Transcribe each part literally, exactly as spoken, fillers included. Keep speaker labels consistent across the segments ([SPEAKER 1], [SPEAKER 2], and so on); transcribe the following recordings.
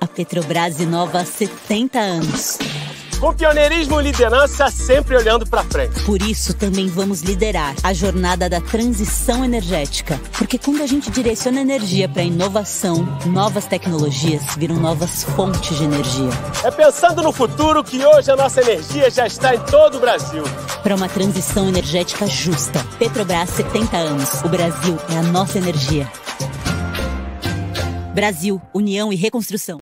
[SPEAKER 1] Petrobras inova há setenta anos.
[SPEAKER 2] Com pioneirismo e liderança sempre olhando para frente.
[SPEAKER 1] Por isso, também vamos liderar a jornada da transição energética. Porque quando a gente direciona energia para inovação, novas tecnologias viram novas fontes de energia.
[SPEAKER 2] É pensando no futuro que hoje a nossa energia já está em todo o Brasil.
[SPEAKER 1] Para uma transição energética justa. Petrobras, setenta anos. O Brasil é a nossa energia. Brasil, União e Reconstrução.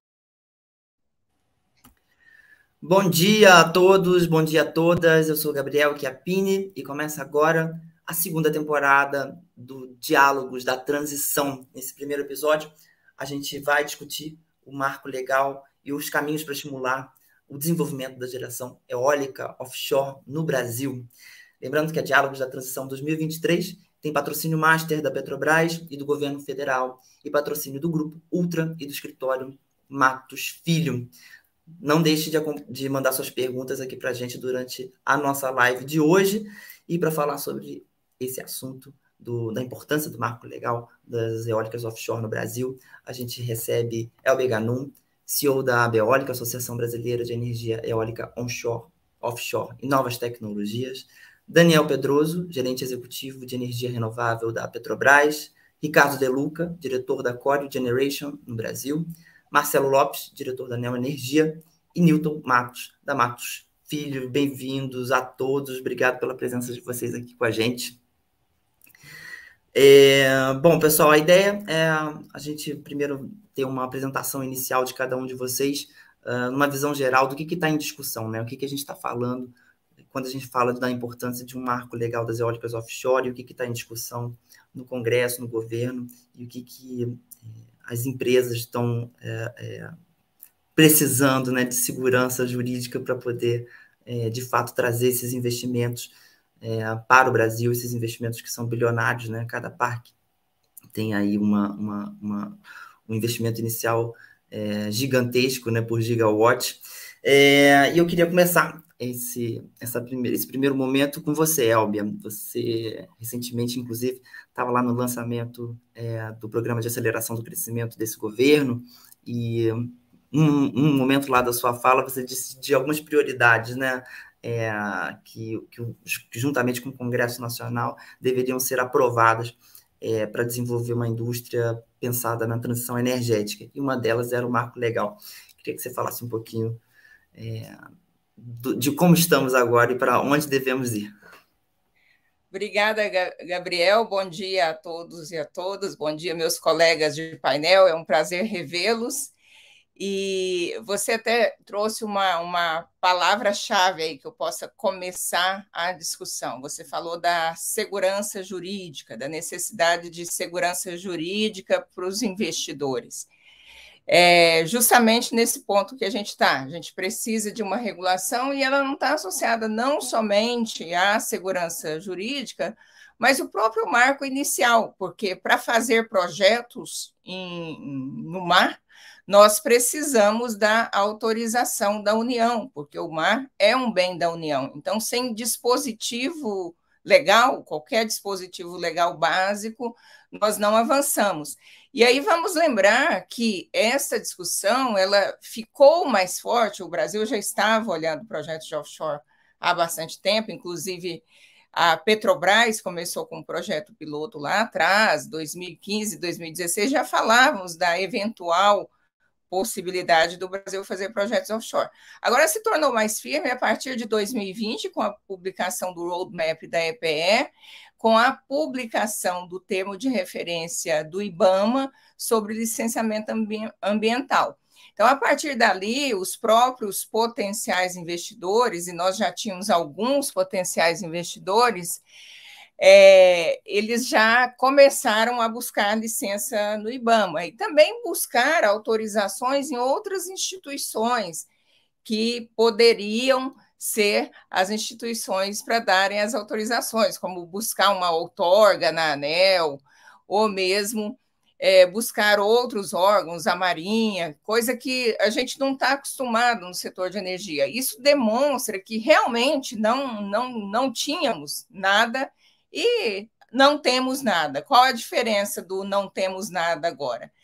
[SPEAKER 3] Bom dia a todos, bom dia a todas. Eu sou Gabriel Chiappini e começa agora a segunda temporada do Diálogos da Transição. Nesse primeiro episódio, a gente vai discutir o marco legal e os caminhos para estimular o desenvolvimento da geração eólica offshore no Brasil. Lembrando que a Diálogos da Transição dois mil e vinte e três tem patrocínio master da Petrobras e do Governo Federal e patrocínio do Grupo Ultra e do Escritório Matos Filho. Não deixe de, de mandar suas perguntas aqui para a gente durante a nossa live de hoje. E para falar sobre esse assunto do, da importância do marco legal das eólicas offshore no Brasil, a gente recebe Elber Ganum, C E O da Abeólica, Associação Brasileira de Energia Eólica Onshore, Offshore e Novas Tecnologias, Daniel Pedroso, gerente executivo de energia renovável da Petrobras, Ricardo De Luca, diretor da Coreo Generation no Brasil, Marcelo Lopes, diretor da Neo Energia, e Newton Matos, da Matos Filho. Bem-vindos a todos, obrigado pela presença de vocês aqui com a gente. É, bom, pessoal, a ideia é a gente primeiro ter uma apresentação inicial de cada um de vocês, uh, numa visão geral do que está em discussão, né? O que, que a gente está falando quando a gente fala da importância de um marco legal das eólicas offshore, e o que está em discussão no Congresso, no governo, e o que, que as empresas estão é, é, precisando, né, de segurança jurídica para poder, é, de fato, trazer esses investimentos é, para o Brasil, esses investimentos que são bilionários, né? Cada parque tem aí uma, uma, uma, um investimento inicial é, gigantesco, né, por gigawatt. É, e eu queria começar esse, essa primeira, esse primeiro momento com você, Elber. Você, recentemente, inclusive, estava lá no lançamento é, do Programa de Aceleração do Crescimento desse governo, e um, um momento lá da sua fala, você disse de algumas prioridades, né, é, que, que, que, juntamente com o Congresso Nacional, deveriam ser aprovadas é, para desenvolver uma indústria pensada na transição energética, e uma delas era o marco legal. Queria que você falasse um pouquinho é, do, de como estamos agora e para onde devemos ir.
[SPEAKER 4] Obrigada, Gabriel. Bom dia a todos e a todas. Bom dia, meus colegas de painel. É um prazer revê-los. E você até trouxe uma, uma palavra-chave aí que eu possa começar a discussão. Você falou da segurança jurídica, da necessidade de segurança jurídica para os investidores. É justamente nesse ponto que a gente está. A gente precisa de uma regulação e ela não está associada não somente à segurança jurídica, mas o próprio marco inicial, porque para fazer projetos em, no mar, nós precisamos da autorização da União, porque o mar é um bem da União. Então, sem dispositivo legal, qualquer dispositivo legal básico, nós não avançamos. E aí vamos lembrar que essa discussão ela ficou mais forte, o Brasil já estava olhando projetos de offshore há bastante tempo, inclusive a Petrobras começou com um projeto piloto lá atrás, dois mil e quinze, dois mil e dezesseis, já falávamos da eventual possibilidade do Brasil fazer projetos offshore. Agora se tornou mais firme a partir de dois mil e vinte, com a publicação do roadmap da E P E, com a publicação do termo de referência do IBAMA sobre licenciamento ambi- ambiental. Então, a partir dali, os próprios potenciais investidores, e nós já tínhamos alguns potenciais investidores, É, eles já começaram a buscar licença no IBAMA e também buscar autorizações em outras instituições que poderiam ser as instituições para darem as autorizações, como buscar uma outorga na ANEEL, ou mesmo é, buscar outros órgãos, a Marinha, coisa que a gente não está acostumado no setor de energia. Isso demonstra que realmente não, não, não tínhamos nada e não temos nada. Qual a diferença do não temos nada agora?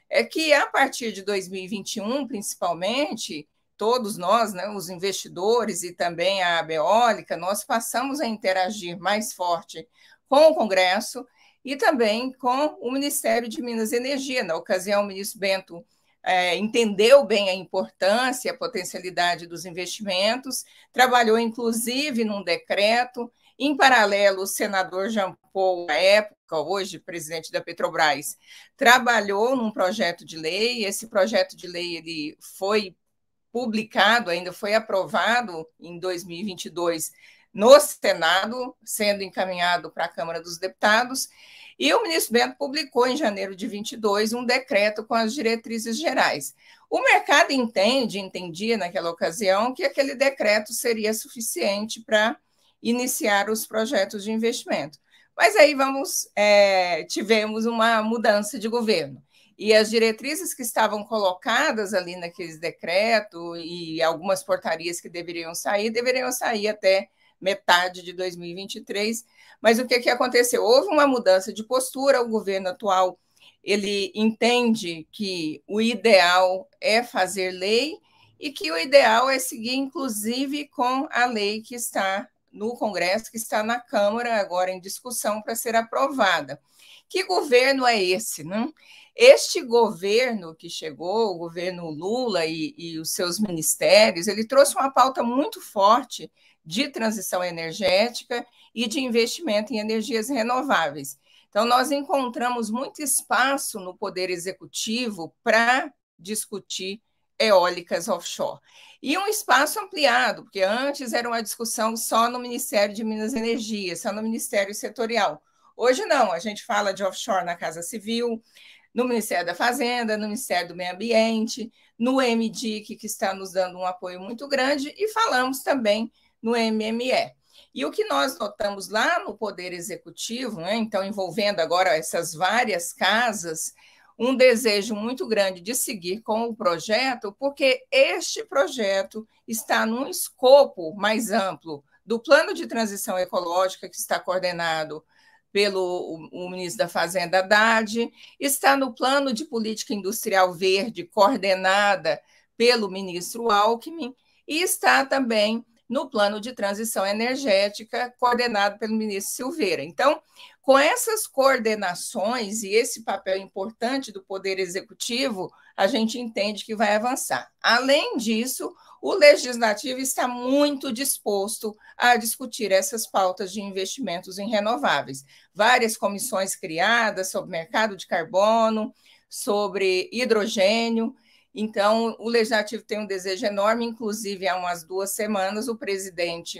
[SPEAKER 4] é que, a partir de dois mil e vinte e um, principalmente, todos nós, né, os investidores e também a Abeólica, nós passamos a interagir mais forte com o Congresso e também com o Ministério de Minas e Energia. Na ocasião, o ministro Bento é, entendeu bem a importância e a potencialidade dos investimentos, trabalhou, inclusive, num decreto. Em paralelo, o senador Jean Paul, à época, hoje presidente da Petrobras, trabalhou num projeto de lei. Esse projeto de lei ele foi publicado, ainda foi aprovado em dois mil e vinte e dois no Senado, sendo encaminhado para a Câmara dos Deputados, e o ministro Bento publicou em janeiro de vinte e dois um decreto com as diretrizes gerais. O mercado entende, entendia naquela ocasião que aquele decreto seria suficiente para iniciar os projetos de investimento. Mas aí vamos, é, tivemos uma mudança de governo. E as diretrizes que estavam colocadas ali naqueles decretos e algumas portarias que deveriam sair, deveriam sair até metade de dois mil e vinte e três. Mas o que, que aconteceu? Houve uma mudança de postura. O governo atual ele entende que o ideal é fazer lei e que o ideal é seguir, inclusive, com a lei que está no Congresso, que está na Câmara agora em discussão para ser aprovada. Que governo é esse, não? Este governo que chegou, o governo Lula e, e os seus ministérios, ele trouxe uma pauta muito forte de transição energética e de investimento em energias renováveis. Então, nós encontramos muito espaço no Poder Executivo para discutir eólicas offshore. E um espaço ampliado, porque antes era uma discussão só no Ministério de Minas e Energia, só no Ministério Setorial. Hoje não, a gente fala de offshore na Casa Civil, no Ministério da Fazenda, no Ministério do Meio Ambiente, no M D I C, que está nos dando um apoio muito grande, e falamos também no M M E. E o que nós notamos lá no Poder Executivo, né, então envolvendo agora essas várias casas, um desejo muito grande de seguir com o projeto, porque este projeto está num escopo mais amplo do Plano de Transição Ecológica, que está coordenado pelo o, o ministro da Fazenda, Haddad, está no Plano de Política Industrial Verde, coordenada pelo ministro Alckmin, e está também no Plano de Transição Energética, coordenado pelo ministro Silveira. Então, com essas coordenações e esse papel importante do Poder Executivo, a gente entende que vai avançar. Além disso, o Legislativo está muito disposto a discutir essas pautas de investimentos em renováveis. Várias comissões criadas sobre mercado de carbono, sobre hidrogênio. Então, o Legislativo tem um desejo enorme, inclusive, há umas duas semanas, o presidente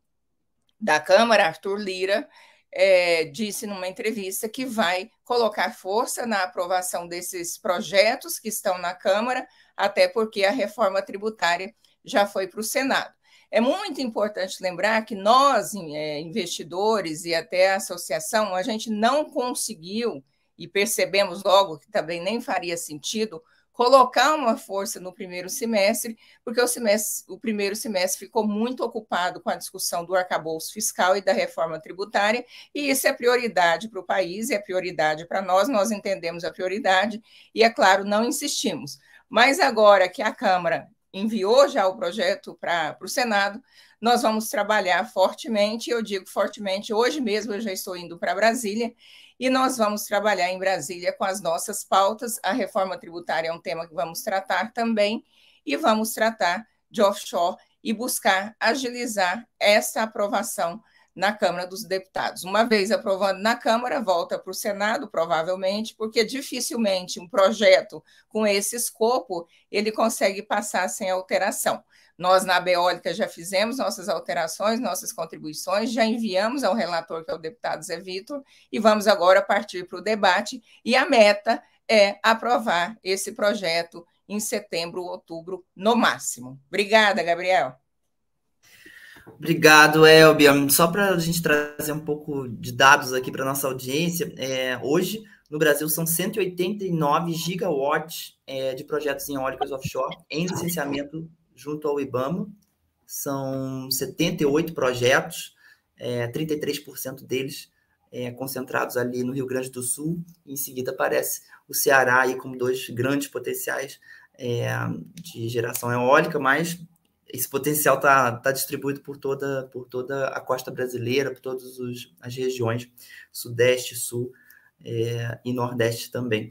[SPEAKER 4] da Câmara, Arthur Lira, é, disse numa entrevista que vai colocar força na aprovação desses projetos que estão na Câmara, até porque a reforma tributária já foi para o Senado. É muito importante lembrar que nós, investidores e até a associação, a gente não conseguiu, e percebemos logo que também nem faria sentido, colocar uma força no primeiro semestre, porque o, semestre, o primeiro semestre ficou muito ocupado com a discussão do arcabouço fiscal e da reforma tributária, e isso é prioridade para o país, é prioridade para nós, nós entendemos a prioridade, e, é claro, não insistimos. Mas agora que a Câmara enviou já o projeto para o Senado, nós vamos trabalhar fortemente, eu digo fortemente, hoje mesmo eu já estou indo para Brasília, e nós vamos trabalhar em Brasília com as nossas pautas. A reforma tributária é um tema que vamos tratar também, e vamos tratar de offshore e buscar agilizar essa aprovação na Câmara dos Deputados. Uma vez aprovando na Câmara, volta para o Senado, provavelmente, porque dificilmente um projeto com esse escopo ele consegue passar sem alteração. Nós, na Abeólica, já fizemos nossas alterações, nossas contribuições, já enviamos ao relator, que é o deputado Zé Vitor, e vamos agora partir para o debate, e a meta é aprovar esse projeto em setembro ou outubro, no máximo. Obrigada, Gabriel.
[SPEAKER 3] Obrigado, Elbia. Só para a gente trazer um pouco de dados aqui para a nossa audiência, é, hoje, no Brasil, são cento e oitenta e nove gigawatts é, de projetos em eólicas offshore em licenciamento junto ao IBAMA. São setenta e oito projetos, é, trinta e três por cento deles é, concentrados ali no Rio Grande do Sul, e em seguida aparece o Ceará aí como dois grandes potenciais é, de geração eólica, mas esse potencial está tá distribuído por toda, por toda a costa brasileira, por todas os, as regiões, Sudeste, Sul é, e Nordeste também.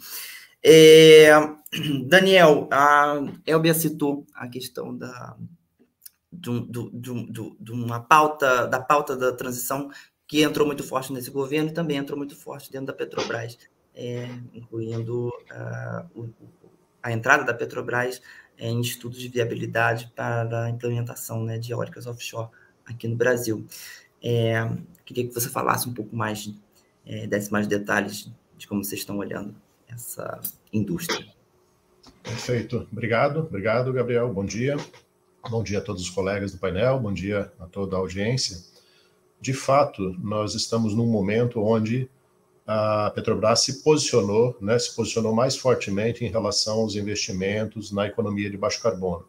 [SPEAKER 3] É, Daniel, a Elbia citou a questão da, do, do, do, de uma pauta, da pauta da transição que entrou muito forte nesse governo e também entrou muito forte dentro da Petrobras, é, incluindo uh, o, a entrada da Petrobras é, em estudos de viabilidade para a implementação, né, de eólicas offshore aqui no Brasil. É, queria que você falasse um pouco mais, é, desse mais detalhes de como vocês estão olhando essa indústria.
[SPEAKER 5] Perfeito. Obrigado. Obrigado, Gabriel. Bom dia. Bom dia a todos os colegas do painel. Bom dia a toda a audiência. De fato, nós estamos num momento onde a Petrobras se posicionou, né, se posicionou mais fortemente em relação aos investimentos na economia de baixo carbono.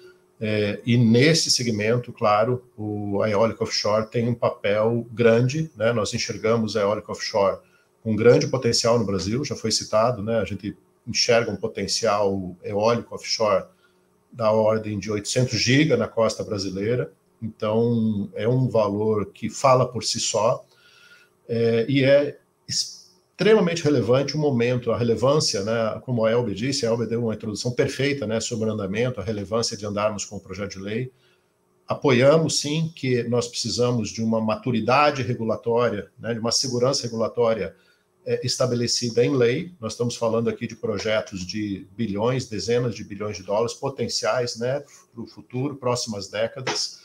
[SPEAKER 5] É, e nesse segmento, claro, o, a eólica offshore tem um papel grande, né, nós enxergamos a eólica offshore com um grande potencial no Brasil, já foi citado, né, a gente enxerga um potencial eólico offshore da ordem de oitocentos gigas na costa brasileira, então é um valor que fala por si só, é, e é extremamente relevante o momento, a relevância, né, como a Elbia disse, a Elbia deu uma introdução perfeita, né, sobre o andamento, a relevância de andarmos com o projeto de lei. Apoiamos, sim, que nós precisamos de uma maturidade regulatória, né, de uma segurança regulatória é, estabelecida em lei. Nós estamos falando aqui de projetos de bilhões, dezenas de bilhões de dólares potenciais, né, para o futuro, próximas décadas.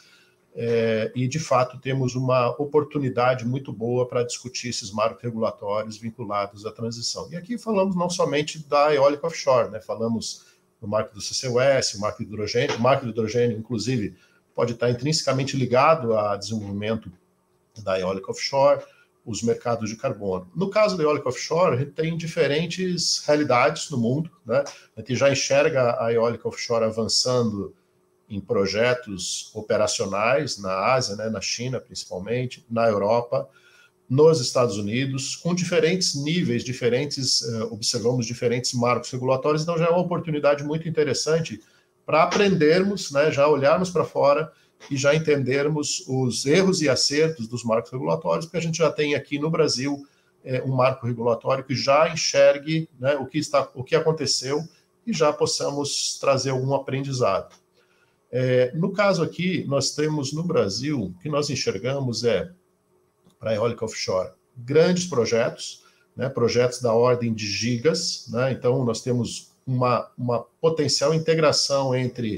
[SPEAKER 5] É, e, de fato, temos uma oportunidade muito boa para discutir esses marcos regulatórios vinculados à transição. E aqui falamos não somente da eólica offshore, né? Falamos do marco do C C U S, o marco do hidrogênio. O marco do hidrogênio, inclusive, pode estar intrinsecamente ligado ao desenvolvimento da eólica offshore, os mercados de carbono. No caso da eólica offshore, a gente tem diferentes realidades no mundo, né? A gente já enxerga a eólica offshore avançando em projetos operacionais na Ásia, né, na China principalmente, na Europa, nos Estados Unidos, com diferentes níveis, diferentes, uh, observamos diferentes marcos regulatórios, então já é uma oportunidade muito interessante para aprendermos, né, já olharmos para fora e já entendermos os erros e acertos dos marcos regulatórios, porque a gente já tem aqui no Brasil é, um marco regulatório que já enxergue, né, o que está, o que aconteceu e já possamos trazer algum aprendizado. É, no caso aqui, nós temos no Brasil, o que nós enxergamos é, para a eólica offshore, grandes projetos, né, projetos da ordem de gigas, né, então nós temos uma, uma potencial integração entre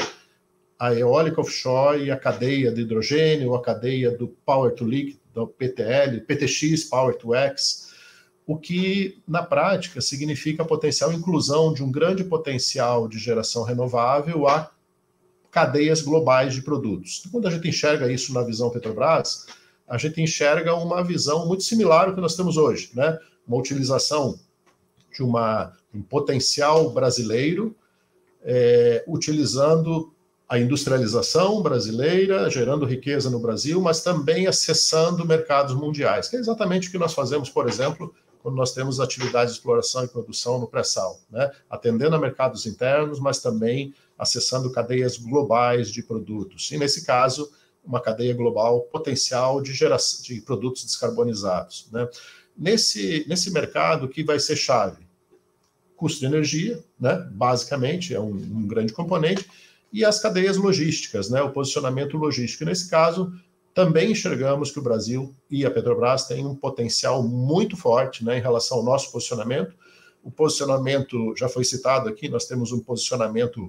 [SPEAKER 5] a eólica offshore e a cadeia de hidrogênio, a cadeia do Power to Liquid, do P T L, P T X, Power to X, o que, na prática, significa a potencial inclusão de um grande potencial de geração renovável a cadeias globais de produtos. Quando a gente enxerga isso na visão Petrobras, a gente enxerga uma visão muito similar ao que nós temos hoje, né? Uma utilização de uma, um potencial brasileiro, é, utilizando a industrialização brasileira, gerando riqueza no Brasil, mas também acessando mercados mundiais, que é exatamente o que nós fazemos, por exemplo, quando nós temos atividades de exploração e produção no pré-sal, né? Atendendo a mercados internos, mas também acessando cadeias globais de produtos. E, nesse caso, uma cadeia global potencial de, geração, de produtos descarbonizados, né? Nesse, nesse mercado, o que vai ser chave? Custo de energia, né? Basicamente, é um, um grande componente, e as cadeias logísticas, né? O posicionamento logístico. E, nesse caso, também enxergamos que o Brasil e a Petrobras têm um potencial muito forte, né, em relação ao nosso posicionamento. O posicionamento, já foi citado aqui, nós temos um posicionamento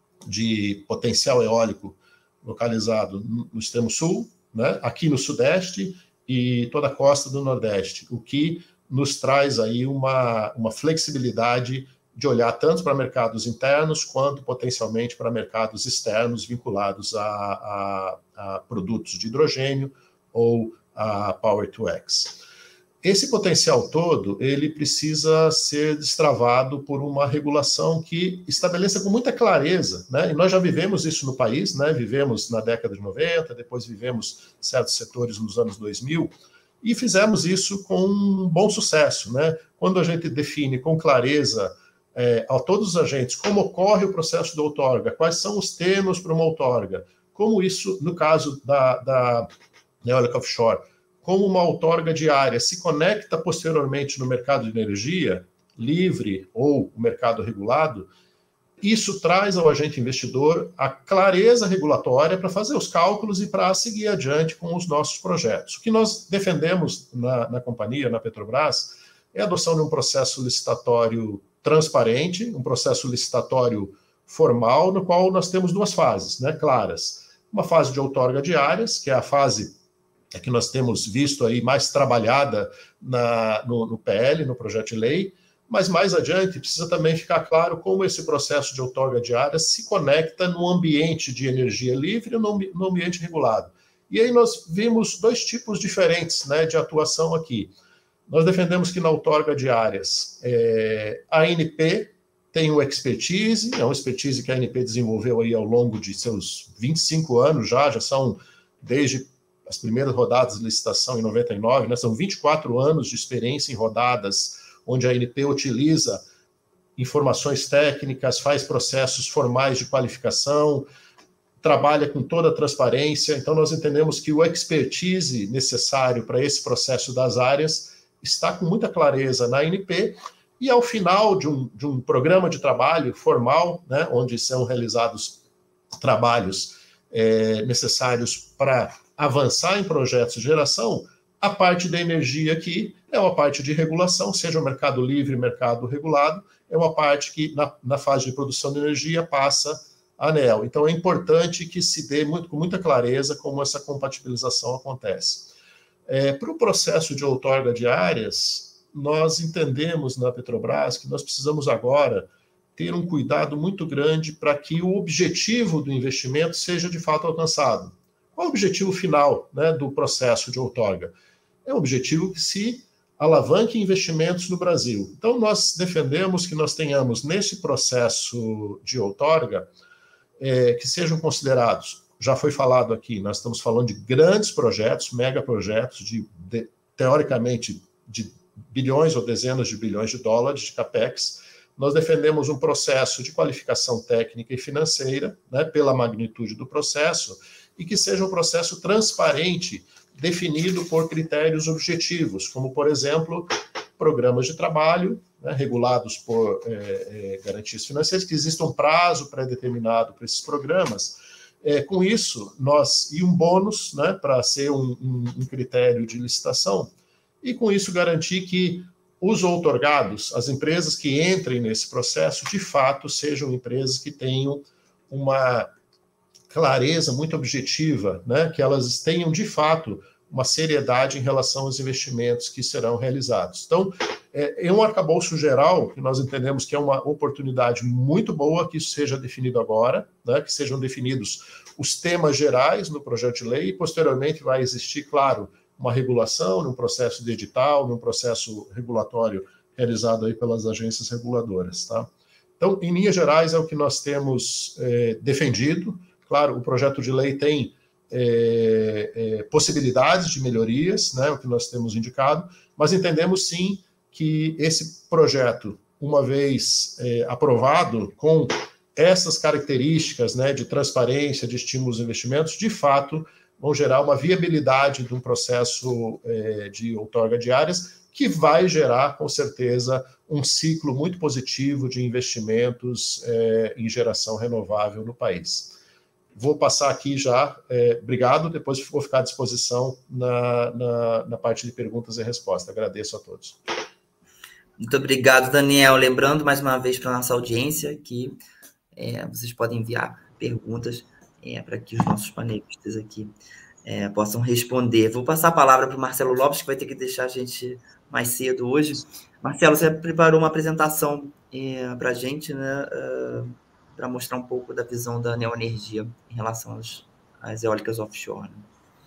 [SPEAKER 5] de potencial eólico localizado no extremo sul, né, aqui no sudeste e toda a costa do nordeste, o que nos traz aí uma, uma flexibilidade de olhar tanto para mercados internos quanto potencialmente para mercados externos vinculados a, a, a produtos de hidrogênio ou a Power to X. Esse potencial todo, ele precisa ser destravado por uma regulação que estabeleça com muita clareza, né? E nós já vivemos isso no país, né? Vivemos na década de noventa, depois vivemos certos setores nos anos dois mil, E fizemos isso com um bom sucesso, né? Quando a gente define com clareza é, a todos os agentes como ocorre o processo da outorga, quais são os termos para uma outorga, como isso, no caso da, da eólica offshore, como uma outorga diária se conecta posteriormente no mercado de energia livre ou o mercado regulado, isso traz ao agente investidor a clareza regulatória para fazer os cálculos e para seguir adiante com os nossos projetos. O que nós defendemos na, na companhia, na Petrobras, é a adoção de um processo licitatório transparente, um processo licitatório formal, no qual nós temos duas fases, né, claras. Uma fase de outorga diárias, que é a fase que nós temos visto aí mais trabalhada na, no, no P L, no projeto de lei, mas mais adiante precisa também ficar claro como esse processo de outorga diária se conecta no ambiente de energia livre e no, no ambiente regulado. E aí nós vimos dois tipos diferentes, né, de atuação aqui. Nós defendemos que na outorga diárias é, a A N P tem o expertise, é uma expertise que a A N P desenvolveu aí ao longo de seus vinte e cinco anos já, já são desde as primeiras rodadas de licitação em noventa e nove, né, são vinte e quatro anos de experiência em rodadas onde a A N P utiliza informações técnicas, faz processos formais de qualificação, trabalha com toda a transparência. Então, nós entendemos que o expertise necessário para esse processo das áreas está com muita clareza na A N P, e ao final de um, de um programa de trabalho formal, né, onde são realizados trabalhos é, necessários para avançar em projetos de geração, a parte da energia aqui é uma parte de regulação, seja o mercado livre, mercado regulado, é uma parte que na, na fase de produção de energia passa a ANEEL. Então é importante que se dê muito, com muita clareza como essa compatibilização acontece. É, para o processo de outorga de áreas, nós entendemos na Petrobras que nós precisamos agora ter um cuidado muito grande para que o objetivo do investimento seja de fato alcançado. Qual é o objetivo final, né, do processo de outorga? É um objetivo que se alavanque investimentos no Brasil. Então, nós defendemos que nós tenhamos, nesse processo de outorga, é, que sejam considerados, já foi falado aqui, nós estamos falando de grandes projetos, megaprojetos, de, de, teoricamente, de bilhões ou dezenas de bilhões de dólares de capex. Nós defendemos um processo de qualificação técnica e financeira, né, pela magnitude do processo, e que seja um processo transparente, definido por critérios objetivos, como, por exemplo, programas de trabalho, né, regulados por é, é, garantias financeiras, que exista um prazo pré-determinado para esses programas. É, com isso, nós, e um bônus, né, para ser um, um, um critério de licitação, e com isso garantir que os outorgados, as empresas que entrem nesse processo, de fato, sejam empresas que tenham uma clareza muito objetiva, né, que elas tenham, de fato, uma seriedade em relação aos investimentos que serão realizados. Então, é, é um arcabouço geral que nós entendemos que é uma oportunidade muito boa que isso seja definido agora, né, que sejam definidos os temas gerais no projeto de lei, e posteriormente vai existir, claro, uma regulação, num processo de edital, num processo regulatório realizado aí pelas agências reguladoras, tá? Então, em linhas gerais, é o que nós temos é, defendido. Claro, o projeto de lei tem é, é, possibilidades de melhorias, né, o que nós temos indicado, mas entendemos sim que esse projeto, uma vez é, aprovado, com essas características, né, de transparência, de estímulos aos investimentos, de fato, vão gerar uma viabilidade de um processo é, de outorga de áreas, que vai gerar, com certeza, um ciclo muito positivo de investimentos é, em geração renovável no país. Vou passar aqui já, é, obrigado, depois vou ficar à disposição na, na, na parte de perguntas e respostas. Agradeço a todos.
[SPEAKER 3] Muito obrigado, Daniel. Lembrando, mais uma vez, para a nossa audiência, que é, vocês podem enviar perguntas é, para que os nossos panelistas aqui é, possam responder. Vou passar a palavra para o Marcelo Lopes, que vai ter que deixar a gente mais cedo hoje. Marcelo, você preparou uma apresentação é, para a gente, né, uh, para mostrar um pouco da visão da Neoenergia em relação às, às eólicas offshore. Né?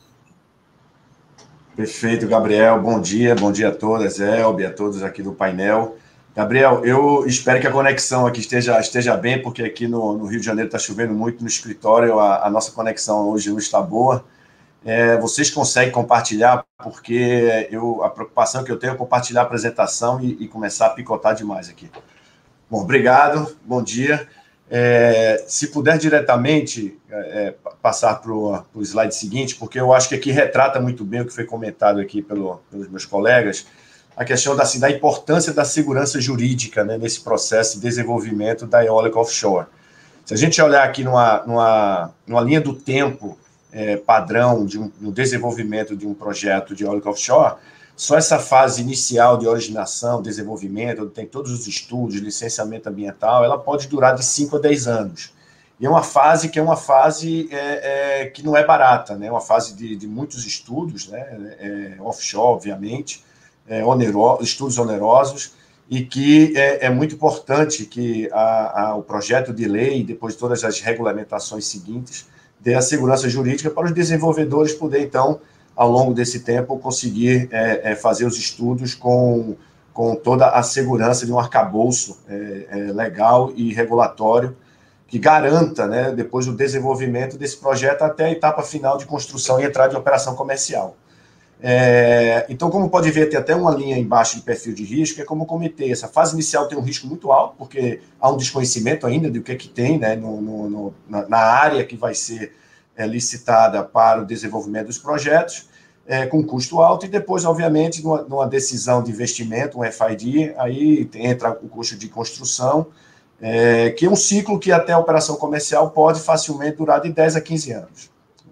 [SPEAKER 6] Perfeito, Gabriel. Bom dia, bom dia a todas, Elbe, a todos aqui do painel. Gabriel, eu espero que a conexão aqui esteja, esteja bem, porque aqui no, no Rio de Janeiro está chovendo muito no escritório, a, a nossa conexão hoje não está boa. É, vocês conseguem compartilhar, porque eu, a preocupação que eu tenho é compartilhar a apresentação e, e começar a picotar demais aqui. Bom, obrigado, bom dia. É, se puder diretamente é, passar para o slide seguinte, porque eu acho que aqui retrata muito bem o que foi comentado aqui pelo, pelos meus colegas, a questão da, assim, da importância da segurança jurídica, né, nesse processo de desenvolvimento da eólica offshore. Se a gente olhar aqui numa, numa, numa linha do tempo é, padrão de um, no desenvolvimento de um projeto de eólica offshore, só essa fase inicial de originação, desenvolvimento, onde tem todos os estudos, licenciamento ambiental, ela pode durar de cinco a dez anos. E é uma fase que é uma fase é, é, que não é barata, né? É uma fase de, de muitos estudos, né? É, offshore, obviamente, é, onero, estudos onerosos, e que é, é muito importante que a, a, o projeto de lei, depois de todas as regulamentações seguintes, dê a segurança jurídica para os desenvolvedores poderem, então, ao longo desse tempo, conseguir é, é, fazer os estudos com, com toda a segurança de um arcabouço é, é, legal e regulatório que garanta, né, depois o desenvolvimento desse projeto até a etapa final de construção e entrada de operação comercial. É, então, como pode ver, tem até uma linha embaixo de perfil de risco, é como eu comentei, essa fase inicial tem um risco muito alto, porque há um desconhecimento ainda do que é que tem, né, no, no, no, na, na área que vai ser é, licitada para o desenvolvimento dos projetos, é, com custo alto, e depois, obviamente, numa, numa decisão de investimento, um F I D, aí entra o custo de construção, é, que é um ciclo que até a operação comercial pode facilmente durar de dez a quinze anos.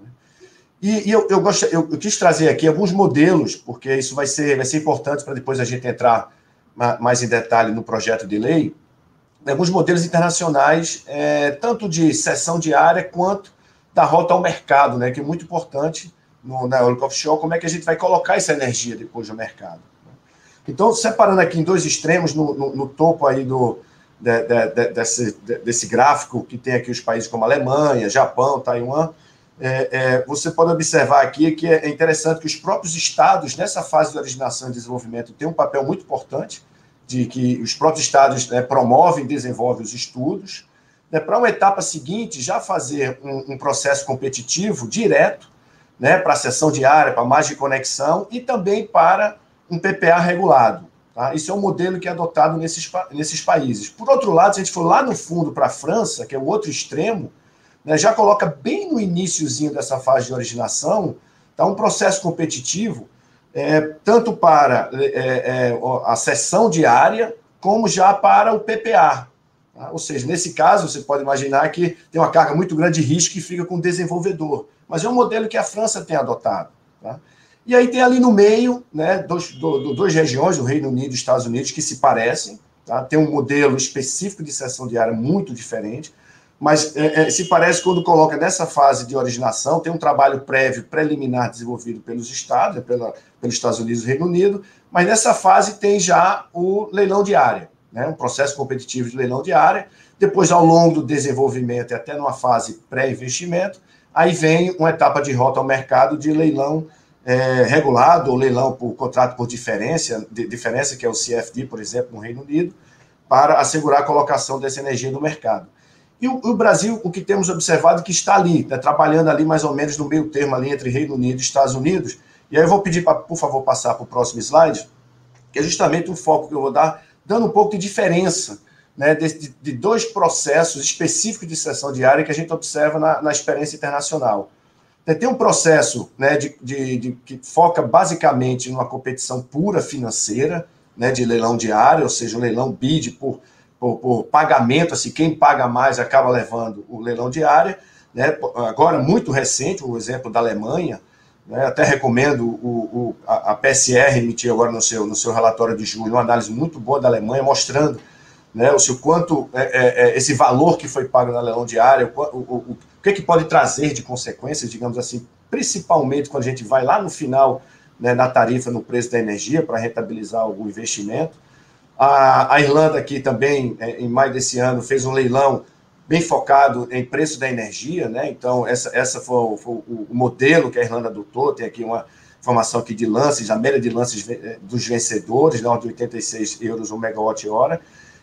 [SPEAKER 6] E, e eu, eu, gost, eu, eu quis trazer aqui alguns modelos, porque isso vai ser, vai ser importante para depois a gente entrar mais em detalhe no projeto de lei, alguns modelos internacionais, é, tanto de cessão diária quanto da rota ao mercado, né, que é muito importante no, na eólica offshore, como é que a gente vai colocar essa energia depois no mercado. Então, separando aqui em dois extremos, no, no, no topo aí do, de, de, de, desse, de, desse gráfico, que tem aqui os países como Alemanha, Japão, Taiwan, é, é, você pode observar aqui que é interessante que os próprios estados, nessa fase de originação e desenvolvimento, têm um papel muito importante, de que os próprios estados, né, promovem e desenvolvem os estudos, né, para uma etapa seguinte, já fazer um, um processo competitivo direto, né, para a cessão diária, para margem de conexão e também para um P P A regulado. Tá? Isso é um modelo que é adotado nesses, nesses países. Por outro lado, se a gente for lá no fundo para a França, que é o outro extremo, né, já coloca bem no iniciozinho dessa fase de originação, tá, um processo competitivo, é, tanto para é, é, a cessão diária, como já para o P P A. Tá? Ou seja, nesse caso, você pode imaginar que tem uma carga muito grande de risco que fica com o desenvolvedor. Mas é um modelo que a França tem adotado. Tá? E aí tem ali no meio, né, dois, do, duas regiões, o Reino Unido e os Estados Unidos, que se parecem. Tá? Tem um modelo específico de cessão diária muito diferente, mas é, é, se parece quando coloca nessa fase de originação, tem um trabalho prévio, preliminar, desenvolvido pelos Estados, pela, pelos Estados Unidos e Reino Unido, mas nessa fase tem já o leilão de área, né, um processo competitivo de leilão de área, depois ao longo do desenvolvimento e até numa fase pré-investimento, aí vem uma etapa de rota ao mercado de leilão é, regulado, ou leilão por contrato por diferença, de, diferença, que é o C F D, por exemplo, no Reino Unido, para assegurar a colocação dessa energia no mercado. E o, o Brasil, o que temos observado, que está ali, né, trabalhando ali mais ou menos no meio termo ali entre Reino Unido e Estados Unidos. E aí eu vou pedir, para, por favor, passar para o próximo slide, que é justamente um foco que eu vou dar, dando um pouco de diferença, né, de, de dois processos específicos de cessão diária que a gente observa na, na experiência internacional. Tem um processo, né, de, de, de, que foca basicamente numa competição pura financeira, né, de leilão diário, ou seja, um leilão bid por... Por, por pagamento, assim, quem paga mais acaba levando o leilão de área, né? Agora, muito recente, o exemplo da Alemanha, né? Até recomendo o, o, a, a P S R emitir agora no seu, no seu relatório de julho uma análise muito boa da Alemanha, mostrando, né, o seu quanto é, é, esse valor que foi pago na leilão de área, o, o, o, o que, é que pode trazer de consequências, digamos assim, principalmente quando a gente vai lá no final, né, na tarifa, no preço da energia, para rentabilizar o investimento. A, a Irlanda aqui também, em maio desse ano, fez um leilão bem focado em preço da energia, né? Então, essa, essa foi, foi o, o modelo que a Irlanda adotou. Tem aqui uma informação aqui de lances, a média de lances dos vencedores, né, de oitenta e seis euros o megawatt-hora.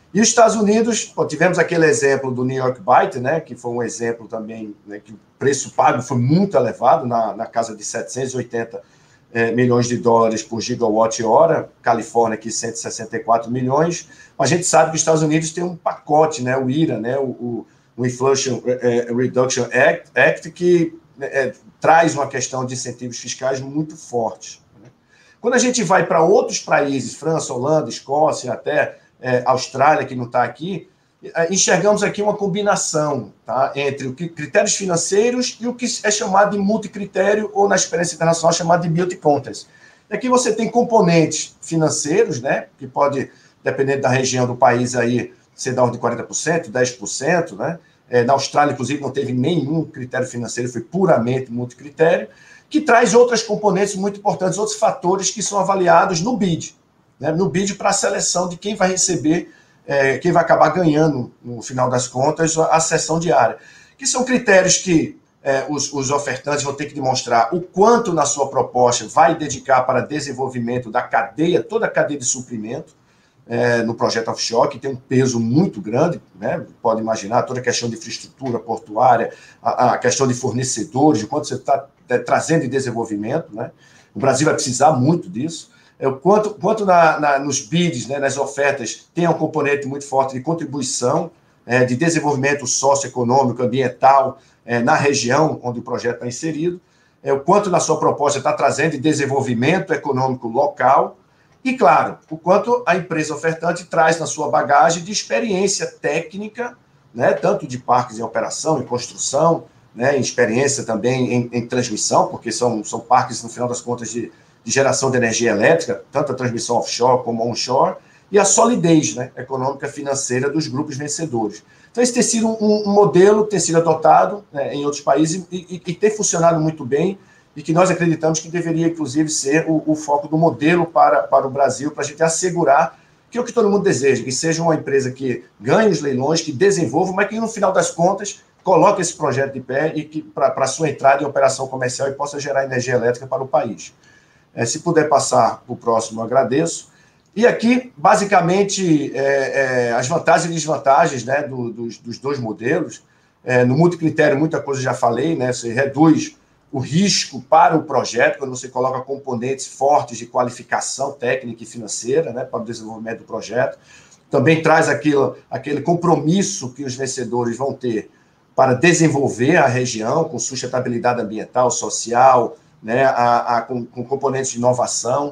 [SPEAKER 6] E os Estados Unidos, pô, tivemos aquele exemplo do New York Bight, né, que foi um exemplo também, né, que o preço pago foi muito elevado, na, na casa de setecentos e oitenta é, milhões de dólares por gigawatt-hora, Califórnia aqui cento e sessenta e quatro milhões, mas a gente sabe que os Estados Unidos tem um pacote, né, o I R A, né, o, o, o Inflation Reduction Act, Act que é, traz uma questão de incentivos fiscais muito fortes. Né? Quando a gente vai para outros países, França, Holanda, Escócia, até É, Austrália, que não está aqui, enxergamos aqui uma combinação, tá, entre o que, critérios financeiros e o que é chamado de multicritério, ou na experiência internacional chamado de beauty contest. E aqui você tem componentes financeiros, né, que pode, dependendo da região do país, aí, ser da ordem de quarenta por cento, dez por cento, né? É, na Austrália, inclusive, não teve nenhum critério financeiro, foi puramente multicritério, que traz outras componentes muito importantes, outros fatores que são avaliados no bid. Né, no bid para a seleção de quem vai receber, é, quem vai acabar ganhando, no final das contas, a sessão diária. Que são critérios que é, os, os ofertantes vão ter que demonstrar o quanto na sua proposta vai dedicar para desenvolvimento da cadeia, toda a cadeia de suprimento, é, no projeto offshore, que tem um peso muito grande, né, pode imaginar, toda a questão de infraestrutura portuária, a, a questão de fornecedores, de quanto você está é, trazendo de desenvolvimento. Né? O Brasil vai precisar muito disso. O quanto, quanto na, na, nos bids, né, nas ofertas, tem um componente muito forte de contribuição, é, de desenvolvimento socioeconômico, ambiental, é, na região onde o projeto está inserido, é, o quanto na sua proposta está trazendo de desenvolvimento econômico local, e, claro, o quanto a empresa ofertante traz na sua bagagem de experiência técnica, né, tanto de parques em operação, em construção, né, em experiência também em, em transmissão, porque são, são parques, no final das contas, de de geração de energia elétrica, tanto a transmissão offshore como onshore, e a solidez, né, econômica financeira dos grupos vencedores. Então, esse tem sido um, um modelo que tem sido adotado, né, em outros países e, e, e tem funcionado muito bem, e que nós acreditamos que deveria, inclusive, ser o, o foco do modelo para, para o Brasil, para a gente assegurar que é o que todo mundo deseja, que seja uma empresa que ganhe os leilões, que desenvolva, mas que, no final das contas, coloque esse projeto de pé e que para a sua entrada em operação comercial e possa gerar energia elétrica para o país. É, se puder passar para o próximo, eu agradeço. E aqui, basicamente, é, é, as vantagens e desvantagens, né, do, dos, dos dois modelos. É, no multicritério, muita coisa já falei, né, você reduz o risco para o projeto, quando você coloca componentes fortes de qualificação técnica e financeira, né, para o desenvolvimento do projeto. Também traz aquilo, aquele compromisso que os vencedores vão ter para desenvolver a região com sustentabilidade ambiental, social, né, a, a, com, com componentes de inovação.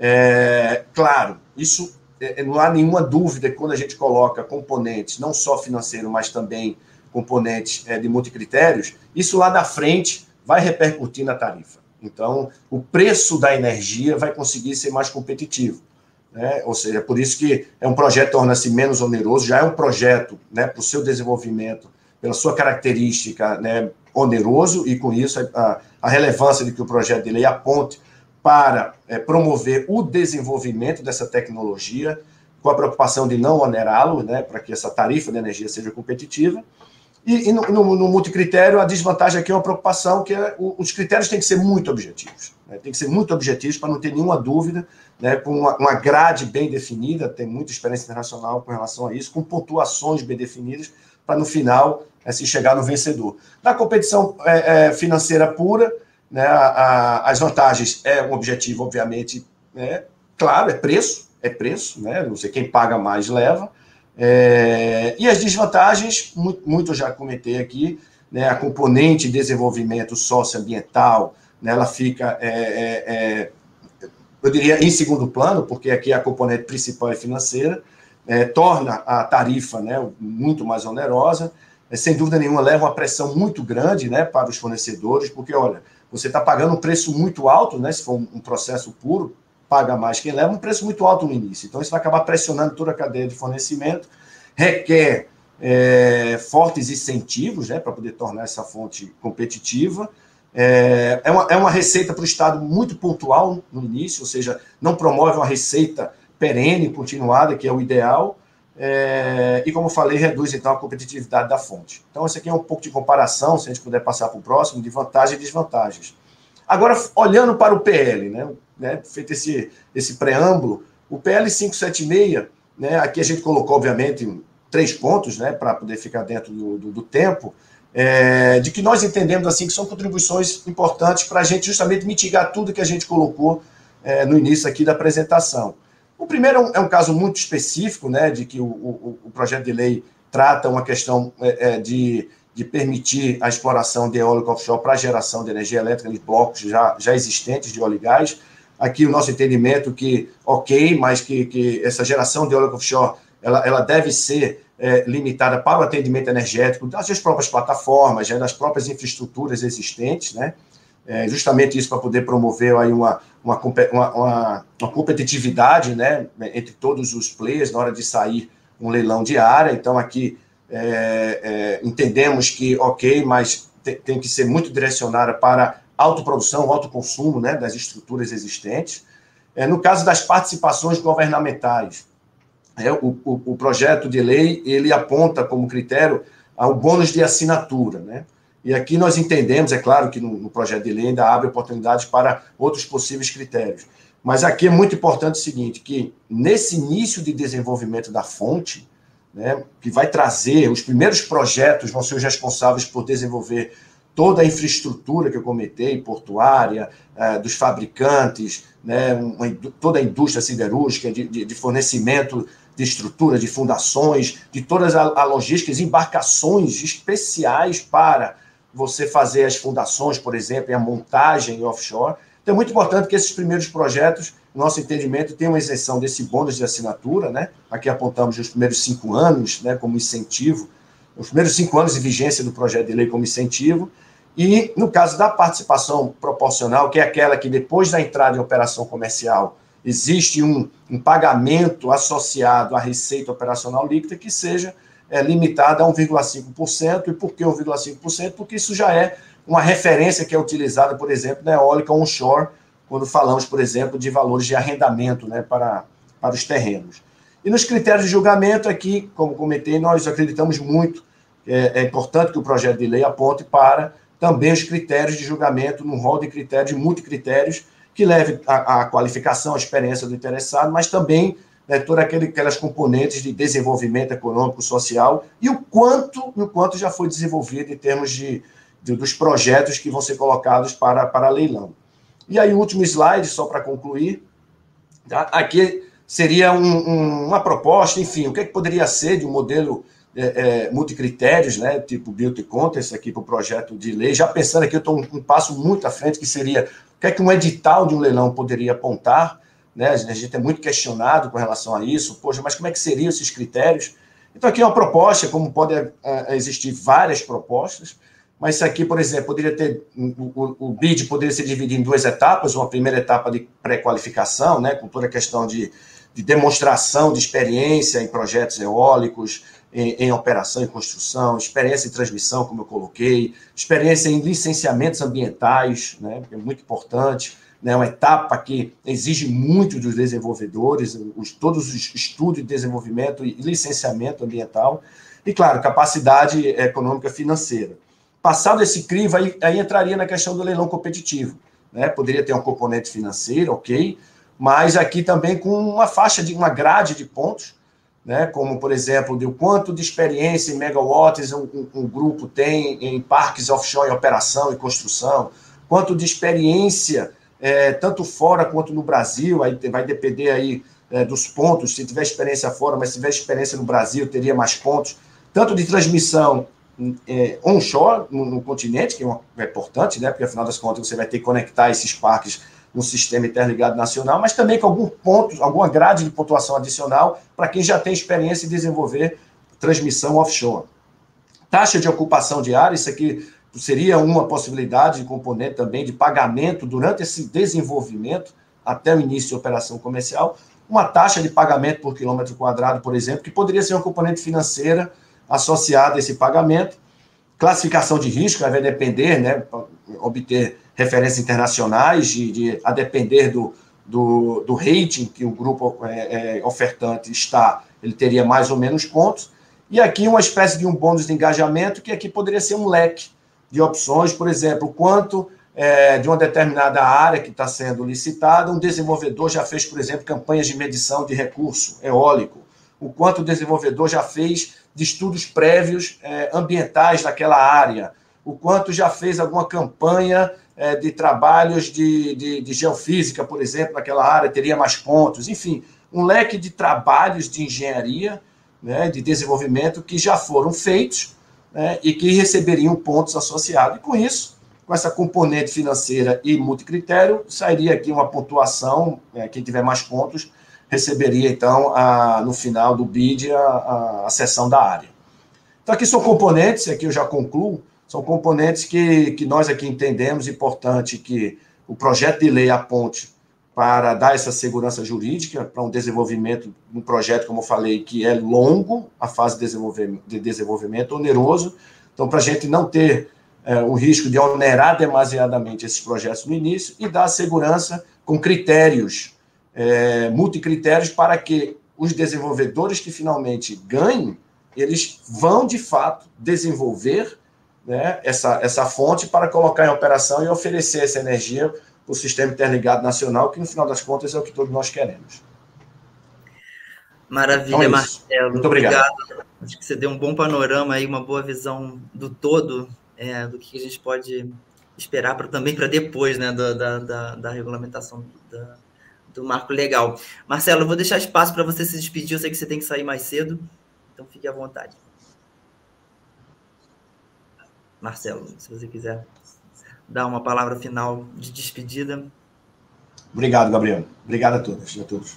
[SPEAKER 6] É, claro, isso é, não há nenhuma dúvida que quando a gente coloca componentes, não só financeiro, mas também componentes é, de multicritérios, isso lá na frente vai repercutir na tarifa. Então, o preço da energia vai conseguir ser mais competitivo. Né? Ou seja, por isso que é um projeto que torna-se menos oneroso, já é um projeto, né, para o seu desenvolvimento, pela sua característica, né, oneroso, e com isso a, a relevância de que o projeto de lei aponte para é, promover o desenvolvimento dessa tecnologia, com a preocupação de não onerá-lo, né, para que essa tarifa de energia seja competitiva. E, e no, no, no multicritério, a desvantagem aqui é uma preocupação que é, o, os critérios têm que ser muito objetivos. Né, tem que ser muito objetivos para não ter nenhuma dúvida, né, com uma, uma grade bem definida, tem muita experiência internacional com relação a isso, com pontuações bem definidas, para no final é, se chegar no vencedor. Na competição é, é, financeira pura, né, a, a, as vantagens é um objetivo, obviamente, é, claro, é preço, é preço, né, não sei, quem paga mais leva, é, e as desvantagens, muito, muito eu já comentei aqui, né, a componente de desenvolvimento socioambiental, né, ela fica, é, é, é, eu diria, em segundo plano, porque aqui a componente principal é financeira, é, torna a tarifa, né, muito mais onerosa, é, sem dúvida nenhuma leva uma pressão muito grande, né, para os fornecedores, porque, olha, você está pagando um preço muito alto, né, se for um, um processo puro, paga mais quem leva, um preço muito alto no início. Então, isso vai acabar pressionando toda a cadeia de fornecimento, requer é, fortes incentivos, né, para poder tornar essa fonte competitiva. É, é, uma, é uma receita para o Estado muito pontual no início, ou seja, não promove uma receita perene, continuada, que é o ideal, é, e, como eu falei, reduz, então, a competitividade da fonte. Então, esse aqui é um pouco de comparação, se a gente puder passar para o próximo, de vantagens e desvantagens. Agora, olhando para o P L, né, né, feito esse, esse preâmbulo, o P L quinhentos e setenta e seis, né? Aqui a gente colocou, obviamente, três pontos, né, para poder ficar dentro do, do, do tempo, é, de que nós entendemos assim que são contribuições importantes para a gente justamente mitigar tudo que a gente colocou é, no início aqui da apresentação. O primeiro é um, é um caso muito específico, né, de que o, o, o projeto de lei trata uma questão é, de, de permitir a exploração de eólico offshore para a geração de energia elétrica de blocos já, já existentes de óleo e gás. Aqui o nosso entendimento que, ok, mas que, que essa geração de eólico offshore ela, ela deve ser é, limitada para o atendimento energético das suas próprias plataformas, já das próprias infraestruturas existentes, né? É, justamente isso para poder promover aí uma, uma, uma, uma competitividade, né, entre todos os players na hora de sair um leilão de área. Então, aqui é, é, entendemos que, ok, mas te, tem que ser muito direcionada para autoprodução, autoconsumo, né, das estruturas existentes. É, no caso das participações governamentais, é, o, o, o projeto de lei ele aponta como critério o bônus de assinatura, né? E aqui nós entendemos, é claro que no, no projeto de lei ainda abre oportunidades para outros possíveis critérios, mas aqui é muito importante o seguinte, que nesse início de desenvolvimento da fonte, né, que vai trazer, os primeiros projetos vão ser os responsáveis por desenvolver toda a infraestrutura que eu comentei, portuária, eh, dos fabricantes, né, uma, toda a indústria siderúrgica, de, de, de fornecimento de estrutura, de fundações, de todas a, a logísticas, embarcações especiais para você fazer as fundações, por exemplo, e a montagem offshore. Então, é muito importante que esses primeiros projetos, no nosso entendimento, tenham uma isenção desse bônus de assinatura, né? Aqui apontamos os primeiros cinco anos, né, como incentivo, os primeiros cinco anos de vigência do projeto de lei como incentivo, e no caso da participação proporcional, que é aquela que depois da entrada em operação comercial, existe um, um pagamento associado à receita operacional líquida que seja é, limitada a um vírgula cinco por cento. E por que um vírgula cinco por cento? Porque isso já é uma referência que é utilizada, por exemplo, na eólica onshore, quando falamos, por exemplo, de valores de arrendamento, né, para, para os terrenos. E nos critérios de julgamento, aqui, como comentei, nós acreditamos muito, é, é importante que o projeto de lei aponte para também os critérios de julgamento, num rol de critérios, multicritérios, que leve à qualificação, à experiência do interessado, mas também né, todas aquelas componentes de desenvolvimento econômico, social, e o quanto, o quanto já foi desenvolvido em termos de, de, dos projetos que vão ser colocados para, para leilão. E aí, o último slide, só para concluir, tá? Aqui seria um, um, uma proposta, enfim, o que, é que poderia ser de um modelo é, é, multicritérios, né, tipo Beauty Contest, aqui para o projeto de lei, já pensando aqui, eu estou um, um passo muito à frente, que seria o que é que um edital de um leilão poderia apontar, né? A gente é muito questionado com relação a isso, poxa, mas como é que seriam esses critérios? Então, aqui é uma proposta, como pode é, existir várias propostas, mas isso aqui, por exemplo, poderia ter, o, o B I D poderia ser dividido em duas etapas, uma primeira etapa de pré-qualificação, né, com toda a questão de, de demonstração de experiência em projetos eólicos, em, em operação e construção, experiência em transmissão, como eu coloquei, experiência em licenciamentos ambientais, né, que é muito importante, né, uma etapa que exige muito dos desenvolvedores, os, todos os estudos de desenvolvimento e licenciamento ambiental, e, claro, capacidade econômica financeira. Passado esse crivo, aí, aí entraria na questão do leilão competitivo, né? Poderia ter um componente financeiro, ok, mas aqui também com uma faixa, de uma grade de pontos, né? Como, por exemplo, de quanto de experiência em megawatts um, um, um grupo tem em parques offshore em operação e construção, quanto de experiência, é, tanto fora quanto no Brasil, aí vai depender aí, é, dos pontos, se tiver experiência fora, mas se tiver experiência no Brasil, teria mais pontos, tanto de transmissão É, onshore, no, no continente, que é, uma, é importante, né, porque, afinal das contas, você vai ter que conectar esses parques no sistema interligado nacional, mas também com algum ponto, alguma grade de pontuação adicional para quem já tem experiência em desenvolver transmissão offshore. Taxa de ocupação diária, isso aqui seria uma possibilidade de componente também de pagamento durante esse desenvolvimento até o início de operação comercial, uma taxa de pagamento por quilômetro quadrado, por exemplo, que poderia ser uma componente financeira associado a esse pagamento. Classificação de risco vai depender, né, obter referências internacionais, de, de, a depender do, do, do rating que o grupo é, é, ofertante está, ele teria mais ou menos pontos. E aqui uma espécie de um bônus de engajamento, que aqui poderia ser um leque de opções, por exemplo, quanto é, de uma determinada área que está sendo licitada, um desenvolvedor já fez, por exemplo, campanhas de medição de recurso eólico, o quanto o desenvolvedor já fez de estudos prévios é, ambientais naquela área, o quanto já fez alguma campanha é, de trabalhos de, de, de geofísica, por exemplo, naquela área, teria mais pontos, enfim, um leque de trabalhos de engenharia, né, de desenvolvimento que já foram feitos, né, e que receberiam pontos associados. E com isso, com essa componente financeira e multicritério, sairia aqui uma pontuação, é, quem tiver mais pontos receberia, então, a, no final do bid, a, a, a cessão da área. Então, aqui são componentes, aqui eu já concluo, são componentes que, que nós aqui entendemos importante que o projeto de lei aponte para dar essa segurança jurídica para um desenvolvimento, um projeto, como eu falei, que é longo, a fase de desenvolvimento, de desenvolvimento oneroso. Então, para a gente não ter é, o risco de onerar demasiadamente esses projetos no início e dar segurança com critérios, é, multicritérios, para que os desenvolvedores que finalmente ganhem, eles vão, de fato, desenvolver, né, essa, essa fonte para colocar em operação e oferecer essa energia para o Sistema Interligado Nacional, que, no final das contas, é o que todos nós queremos.
[SPEAKER 3] Maravilha,
[SPEAKER 6] então, é
[SPEAKER 3] Marcelo.
[SPEAKER 6] Muito obrigado.
[SPEAKER 3] obrigado. Acho que você deu um bom panorama aí, uma boa visão do todo, é, do que a gente pode esperar pra, também para depois, né, da, da, da, da regulamentação da, do marco legal. Marcelo, eu vou deixar espaço para você se despedir, eu sei que você tem que sair mais cedo, então fique à vontade. Marcelo, se você quiser dar uma palavra final de despedida.
[SPEAKER 6] Obrigado, Gabriel. Obrigado a todos e a todos.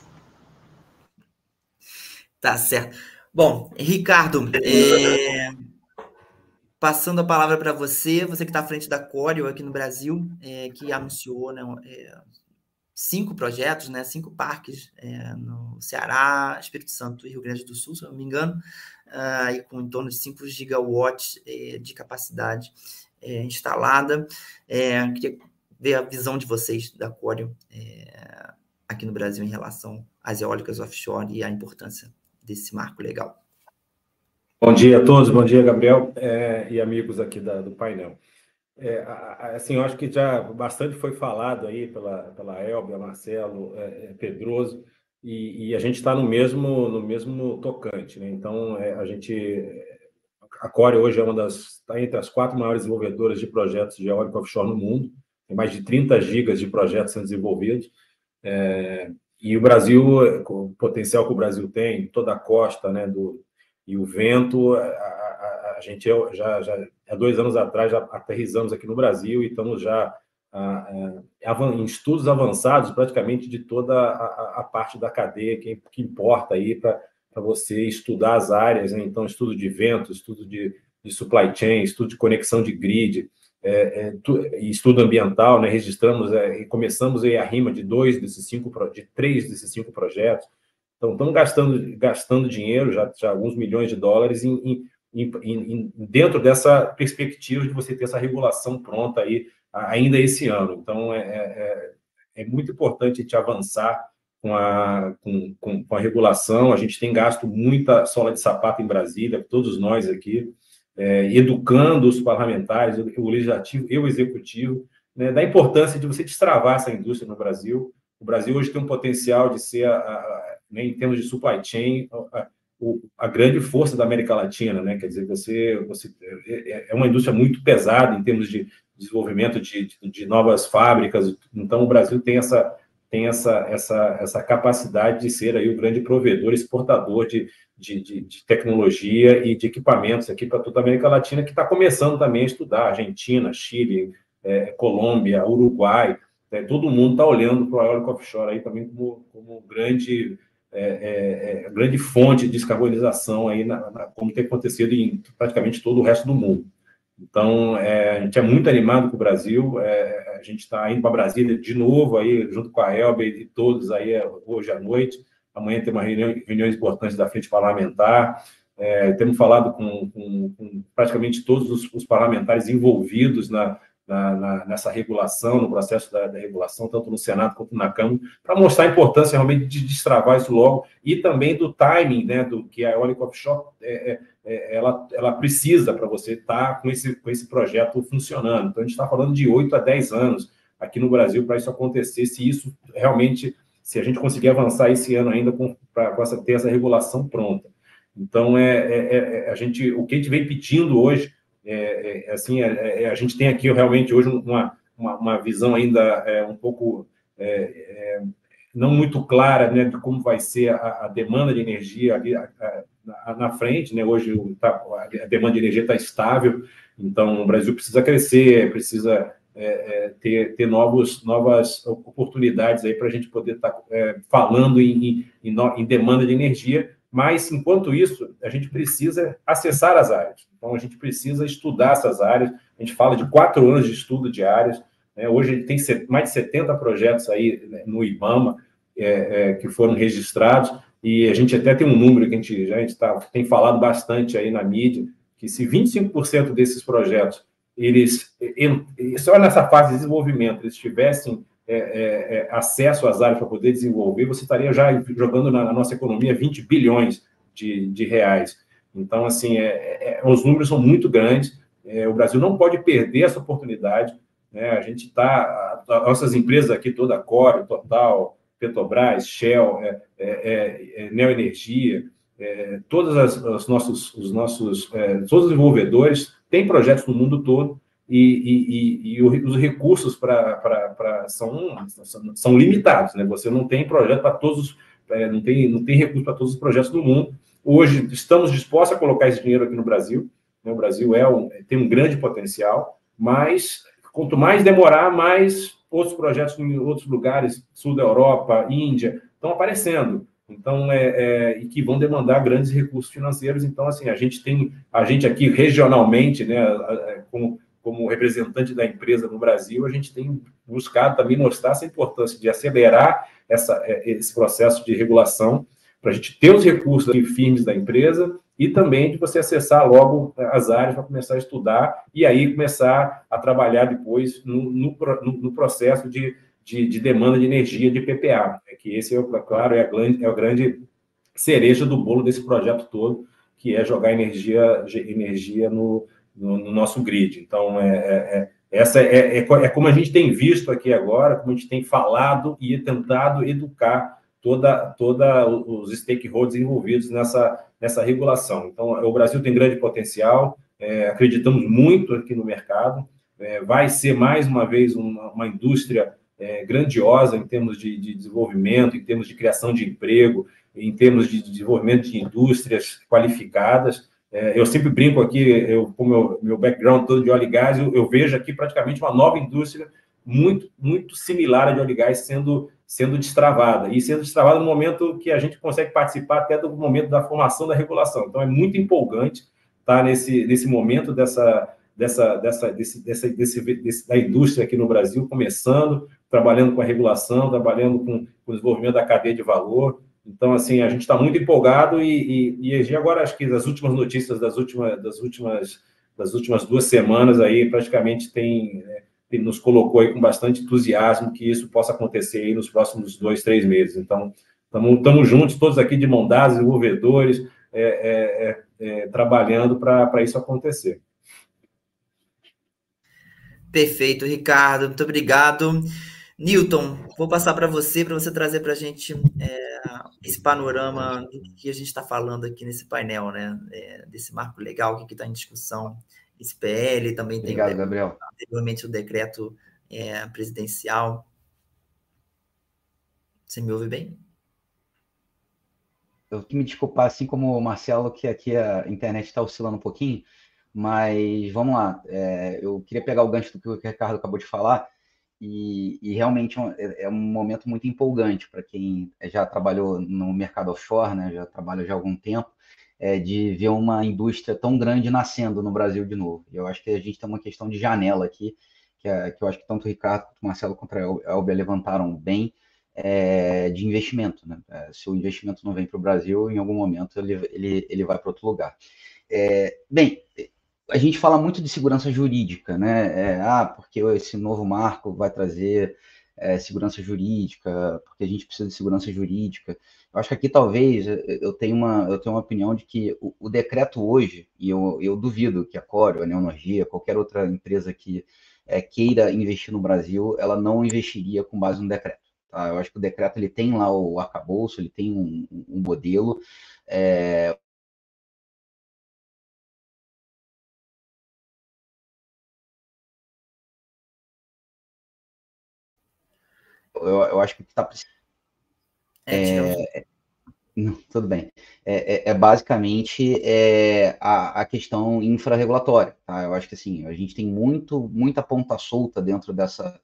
[SPEAKER 3] Tá certo. Bom, Ricardo, é... passando a palavra para você, você que está à frente da Coreo aqui no Brasil, é, que anunciou, né, é, cinco projetos, né, cinco parques é, no Ceará, Espírito Santo e Rio Grande do Sul, se eu não me engano, uh, e com em torno de cinco gigawatts é, de capacidade é, instalada. É, queria ver a visão de vocês da Coreo é, aqui no Brasil em relação às eólicas offshore e a importância desse marco legal.
[SPEAKER 7] Bom dia a todos, bom dia, Gabriel, é, e amigos aqui da, do painel. É, assim, eu acho que já bastante foi falado aí pela, pela Elbia, Marcelo, é, Pedroso, e, e a gente está no mesmo, no mesmo tocante, né? Então, é, a gente, a Coreo hoje é uma das, está entre as quatro maiores desenvolvedoras de projetos de eólica offshore no mundo, tem mais de trinta gigas de projetos sendo desenvolvidos, é, e o Brasil, com o potencial que o Brasil tem, toda a costa, né, do, e o vento, a, a, a gente já, já, há dois anos atrás, já aterrissamos aqui no Brasil e estamos já a, a, em estudos avançados praticamente de toda a, a parte da cadeia que, que importa aí para você estudar as áreas, né? Então, estudo de vento, estudo de, de supply chain, estudo de conexão de grid, é, é, tu, estudo ambiental, né? Registramos é, e começamos aí a rima de dois desses cinco, de três desses cinco projetos. Então, estamos gastando, gastando dinheiro, já, já alguns milhões de dólares, em, em, em, em, dentro dessa perspectiva de você ter essa regulação pronta aí, ainda esse ano. Então, é, é, é muito importante a gente avançar com a, com, com, com a regulação. A gente tem gasto muita sola de sapato em Brasília, todos nós aqui, é, educando os parlamentares, o legislativo e o executivo, né, da importância de você destravar essa indústria no Brasil. O Brasil hoje tem um potencial de ser, a, a, né, em termos de supply chain, a, a grande força da América Latina, né? Quer dizer, você, você é uma indústria muito pesada em termos de desenvolvimento de, de, de novas fábricas. Então, o Brasil tem essa tem essa essa essa capacidade de ser aí o grande provedor, exportador de, de, de, de tecnologia e de equipamentos aqui para toda a América Latina, que está começando também a estudar. Argentina, Chile, é, Colômbia, Uruguai, é, todo mundo está olhando para o eólico offshore aí também como, como grande É, é, é, grande fonte de descarbonização, aí na, na, como tem acontecido em praticamente todo o resto do mundo. Então, é, a gente é muito animado com o Brasil, é, a gente está indo para Brasília de novo, aí, junto com a Elbia e todos aí hoje à noite. Amanhã tem uma reunião, reuniões importantes da Frente Parlamentar, é, temos falado com, com, com praticamente todos os, os parlamentares envolvidos na Na, na, nessa regulação, no processo da, da regulação, tanto no Senado quanto na Câmara, para mostrar a importância realmente de destravar isso logo e também do timing, né, do que a eólica offshore é, é, ela, ela precisa para você estar com esse, com esse projeto funcionando. Então, a gente está falando de oito a dez anos aqui no Brasil para isso acontecer, se isso realmente se a gente conseguir avançar esse ano ainda com, pra, com essa, ter essa regulação pronta. Então, é, é, é, a gente, o que a gente vem pedindo hoje, é, é, assim, é, é, a gente tem aqui realmente hoje uma, uma, uma visão ainda é, um pouco é, é, não muito clara, né, de como vai ser a, a demanda de energia ali a, a, na frente, né? Hoje tá, a demanda de energia está estável, então o Brasil precisa crescer, precisa é, é, ter, ter novos, novas oportunidades aí para a gente poder estar tá, é, falando em, em, em demanda de energia. Mas, enquanto isso, a gente precisa acessar as áreas. Então, a gente precisa estudar essas áreas. A gente fala de quatro anos de estudo de áreas. Né? Hoje, a gente tem mais de setenta projetos aí, né, no IBAMA, é, é, que foram registrados. E a gente até tem um número que a gente já a gente tá, tem falado bastante aí na mídia, que se vinte e cinco por cento desses projetos, eles, só nessa fase de desenvolvimento, eles tivessem É, é, é, acesso às áreas para poder desenvolver, você estaria já jogando na, na nossa economia vinte bilhões de, de reais. Então, assim, é, é, os números são muito grandes, é, o Brasil não pode perder essa oportunidade, né? A gente está, nossas empresas aqui, toda a Core, Total, Petrobras, Shell, é, é, é, Neoenergia, é, todos as, os nossos, os nossos é, todos os desenvolvedores têm projetos no mundo todo, E, e, e, e os recursos pra, pra, pra, são, são, são limitados, né? Você não tem projeto para todos, é, não tem, não tem recurso para todos os projetos do mundo. Hoje, estamos dispostos a colocar esse dinheiro aqui no Brasil, né? O Brasil é um, tem um grande potencial, mas quanto mais demorar, mais outros projetos em outros lugares, sul da Europa, Índia, estão aparecendo. Então, é, é, e que vão demandar grandes recursos financeiros. Então, assim, a gente tem, a gente aqui regionalmente, né, como como representante da empresa no Brasil, a gente tem buscado também mostrar essa importância de acelerar essa, esse processo de regulação, para a gente ter os recursos firmes da empresa e também de você acessar logo as áreas para começar a estudar e aí começar a trabalhar depois no, no, no processo de, de, de demanda de energia de P P A, né? Que esse, é, claro, é a, grande, é a grande cereja do bolo desse projeto todo, que é jogar energia, energia no No, no nosso grid. Então, é, é, essa é, é, é como a gente tem visto aqui agora, como a gente tem falado e tentado educar toda, toda os stakeholders envolvidos nessa, nessa regulação. Então, o Brasil tem grande potencial, é, acreditamos muito aqui no mercado, é, vai ser, mais uma vez, uma, uma indústria é, grandiosa em termos de, de desenvolvimento, em termos de criação de emprego, em termos de desenvolvimento de indústrias qualificadas. Eu sempre brinco aqui, eu, com o meu, meu background todo de óleo e gás, eu, eu vejo aqui praticamente uma nova indústria muito, muito similar à de óleo e gás sendo, sendo destravada. E sendo destravada no momento que a gente consegue participar até do momento da formação da regulação. Então, é muito empolgante estar nesse, nesse momento dessa, dessa, dessa, desse, dessa, desse, desse, da indústria aqui no Brasil, começando, trabalhando com a regulação, trabalhando com, com o desenvolvimento da cadeia de valor. Então, assim, a gente está muito empolgado e, e, e agora acho que as últimas notícias das últimas, das últimas, das últimas duas semanas aí praticamente tem, tem, nos colocou aí com bastante entusiasmo que isso possa acontecer aí nos próximos dois, três meses. Então, estamos juntos, todos aqui de mão dadas, desenvolvedores, é, é, é, trabalhando para isso acontecer.
[SPEAKER 3] Perfeito, Ricardo, muito obrigado. Newton, vou passar para você, para você trazer para a gente é, esse panorama do que a gente está falando aqui nesse painel, né? É, desse marco legal que está em discussão, esse P L, também tem
[SPEAKER 8] Obrigado, Gabriel.
[SPEAKER 3] anteriormente o decreto é, presidencial. Você me ouve bem?
[SPEAKER 8] Eu tenho que me desculpar, assim como o Marcelo, que aqui a internet está oscilando um pouquinho, mas vamos lá. É, eu queria pegar o gancho do que o Ricardo acabou de falar. E, e realmente é um momento muito empolgante para quem já trabalhou no mercado offshore, né, já trabalha já há algum tempo, é, de ver uma indústria tão grande nascendo no Brasil de novo. Eu acho que a gente tem uma questão de janela aqui, que, é, que eu acho que tanto o Ricardo quanto o Marcelo quanto a Elbia levantaram bem, é, de investimento. Né? É, se o investimento não vem para o Brasil, em algum momento ele, ele, ele vai para outro lugar. É, bem... A gente fala muito de segurança jurídica, né? É, ah, porque esse novo marco vai trazer é, segurança jurídica, porque a gente precisa de segurança jurídica. Eu acho que aqui talvez eu tenha uma, eu tenho uma opinião de que o, o decreto hoje, e eu, eu duvido que a Core, a Neoenergia, qualquer outra empresa que é, queira investir no Brasil, ela não investiria com base no decreto. tá? Eu acho que o decreto ele tem lá o arcabouço, ele tem um, um modelo. É, eu, eu acho que está precisando. É, não, tudo bem. É, é, é basicamente é, a, a questão infrarregulatória, tá? Eu acho que assim, a gente tem muito, muita ponta solta dentro dessa,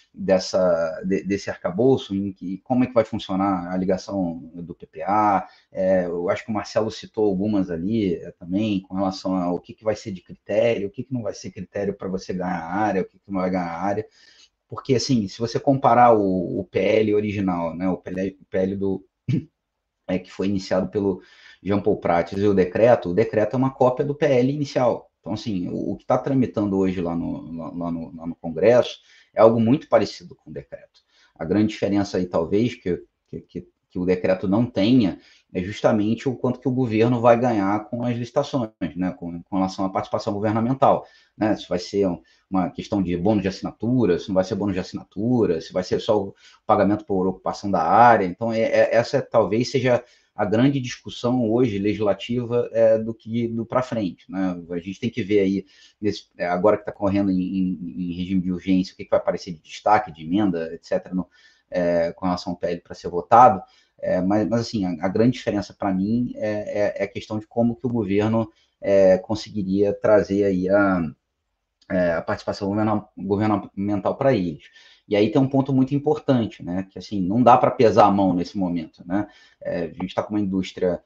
[SPEAKER 8] dessa, de, desse arcabouço, em que como é que vai funcionar a ligação do P P A. É, eu acho que o Marcelo citou algumas ali é, também, com relação ao que, que vai ser de critério, o que, que não vai ser critério para você ganhar área, o que, que não vai ganhar área. Porque, assim, se você comparar o, o P L original, né, o P L, o P L do É, que foi iniciado pelo Jean Paul Prats e o decreto, o decreto é uma cópia do P L inicial. Então, assim, o, o que está tramitando hoje lá no, lá, no, lá no Congresso é algo muito parecido com o decreto. A grande diferença aí, talvez, que, que, que, que o decreto não tenha, é justamente o quanto que o governo vai ganhar com as licitações, né, com, com relação à participação governamental. Né, se vai ser uma questão de bônus de assinatura, se não vai ser bônus de assinatura, se vai ser só o pagamento por ocupação da área. Então, é, é, essa talvez seja a grande discussão hoje legislativa é, do que do para frente. Né? A gente tem que ver aí, nesse, agora que está correndo em, em, em regime de urgência, o que, que vai aparecer de destaque, de emenda, etcétera, no, é, com relação ao P L para ser votado. É, mas, mas, assim, a, a grande diferença para mim é, é, é a questão de como que o governo é, conseguiria trazer aí a, é, a participação governamental para eles. E aí tem um ponto muito importante, né? Que assim, não dá para pesar a mão nesse momento, né? É, a gente está com uma indústria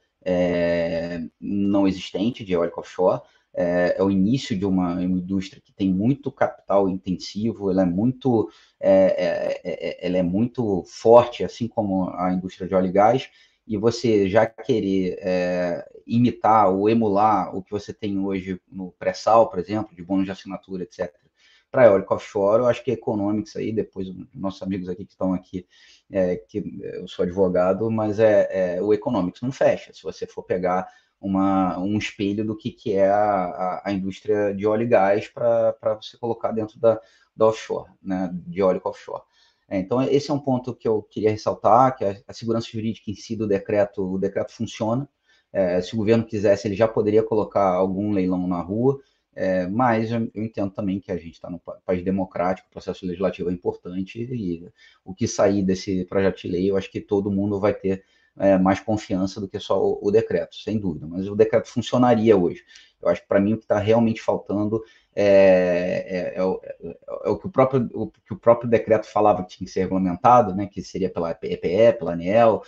[SPEAKER 8] é, não existente de eólica offshore, é, é o início de uma, uma indústria que tem muito capital intensivo, ela é muito, é, é, ela é muito forte, assim como a indústria de óleo e gás, e você já querer é, imitar ou emular o que você tem hoje no pré-sal, por exemplo, de bônus de assinatura, etcétera, para eólica offshore, eu acho que Economics aí, depois nossos amigos aqui que estão aqui, é, que eu sou advogado, mas é, é, o Economics não fecha, se você for pegar uma, um espelho do que, que é a, a, a indústria de óleo e gás para você colocar dentro da, da offshore, né, de eólica offshore. É, então, esse é um ponto que eu queria ressaltar, que a, a segurança jurídica em si do decreto, o decreto funciona. É, se o governo quisesse, ele já poderia colocar algum leilão na rua, é, mas eu, eu entendo também que a gente está num país democrático, o processo legislativo é importante, e o que sair desse projeto de lei, eu acho que todo mundo vai ter é, mais confiança do que só o, o decreto, sem dúvida. Mas o decreto funcionaria hoje. Eu acho que, para mim, o que está realmente faltando é, é, é, o, é o, que o, próprio, o que o próprio decreto falava que tinha que ser regulamentado, né, que seria pela E P E, pela ANEEL.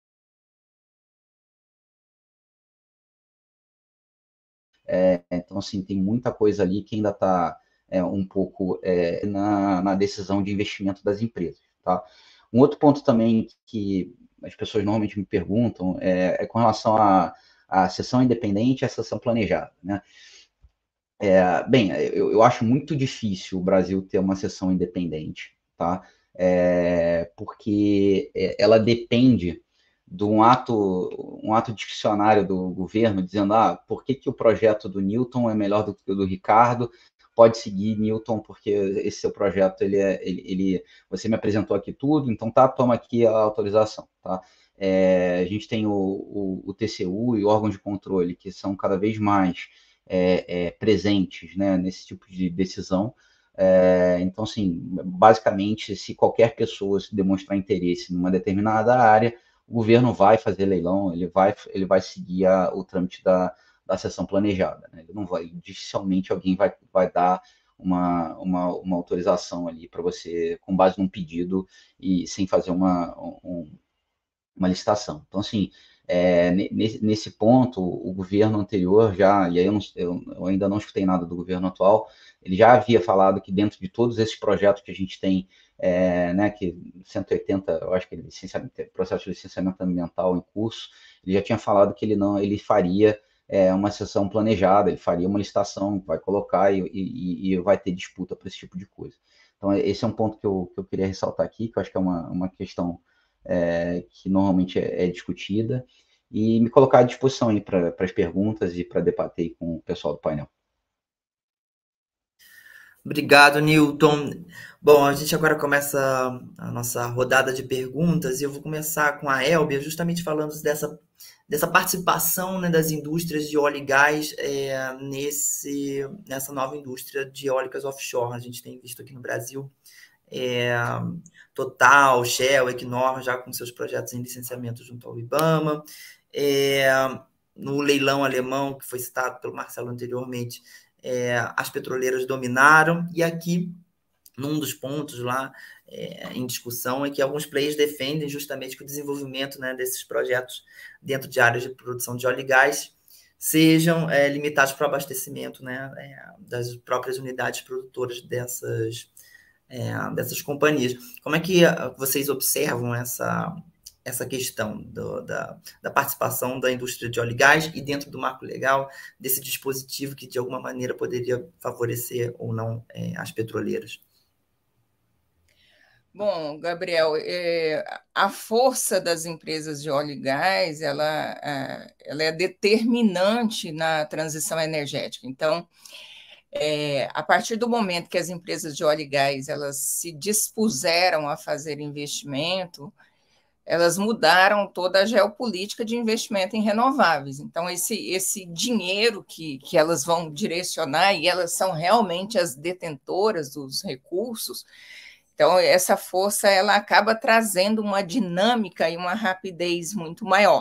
[SPEAKER 8] É, então, assim, tem muita coisa ali que ainda está é, um pouco é, na, na decisão de investimento das empresas. Tá? Um outro ponto também que as pessoas normalmente me perguntam é, é com relação à, à sessão independente e à sessão planejada. Né? É, bem, eu, eu acho muito difícil o Brasil ter uma sessão independente, tá? É, porque ela depende de um ato, um ato discricionário do governo dizendo, ah, por que, que o projeto do Newton é melhor do que o do Ricardo? Pode seguir, Newton, porque esse seu projeto, ele é, ele, ele, você me apresentou aqui tudo, então tá, toma aqui a autorização, tá? É, a gente tem o, o, o T C U e órgãos de controle que são cada vez mais é, é, presentes, né, nesse tipo de decisão. É, então, assim, basicamente, se qualquer pessoa se demonstrar interesse numa determinada área, o governo vai fazer leilão, ele vai, ele vai seguir a, o trâmite da, da sessão planejada. Né? Ele não vai, dificilmente alguém vai, vai dar uma, uma, uma autorização ali para você, com base num pedido e sem fazer uma, um, uma licitação. Então, assim, é, nesse, nesse ponto, o governo anterior já, e aí eu, não, eu, eu ainda não escutei nada do governo atual, ele já havia falado que dentro de todos esses projetos que a gente tem, é, né, que cento e oitenta, eu acho que ele processo de licenciamento ambiental em curso, ele já tinha falado que ele não, ele faria é, uma sessão planejada, ele faria uma licitação, vai colocar e, e, e vai ter disputa para esse tipo de coisa. Então, esse é um ponto que eu, que eu queria ressaltar aqui, que eu acho que é uma, uma questão É, que normalmente é, é discutida, e me colocar à disposição aí para as perguntas e para debater com o pessoal do painel.
[SPEAKER 3] Obrigado, Newton. Bom, a gente agora começa a nossa rodada de perguntas e eu vou começar com a Elbia, justamente falando dessa, dessa participação, né, das indústrias de óleo e gás é, nesse, nessa nova indústria de eólicas offshore. A gente tem visto aqui no Brasil é, Total, Shell, Equinor, já com seus projetos em licenciamento junto ao IBAMA. É, no leilão alemão, que foi citado pelo Marcelo anteriormente, é, as petroleiras dominaram, e aqui, num dos pontos lá é, em discussão, é que alguns players defendem justamente que o desenvolvimento, né, desses projetos dentro de áreas de produção de óleo e gás sejam é, limitados para o abastecimento, né, é, das próprias unidades produtoras dessas, é, dessas companhias. Como é que vocês observam essa, essa questão do, da, da participação da indústria de óleo e gás e dentro do marco legal desse dispositivo que, de alguma maneira, poderia favorecer ou não é, as petroleiras?
[SPEAKER 4] Bom, Gabriel, é, a força das empresas de óleo e gás, ela, ela é determinante na transição energética. Então, é, a partir do momento que as empresas de óleo e gás elas se dispuseram a fazer investimento, elas mudaram toda a geopolítica de investimento em renováveis. Então, esse, esse dinheiro que, que elas vão direcionar, e elas são realmente as detentoras dos recursos, então, essa força ela acaba trazendo uma dinâmica e uma rapidez muito maior.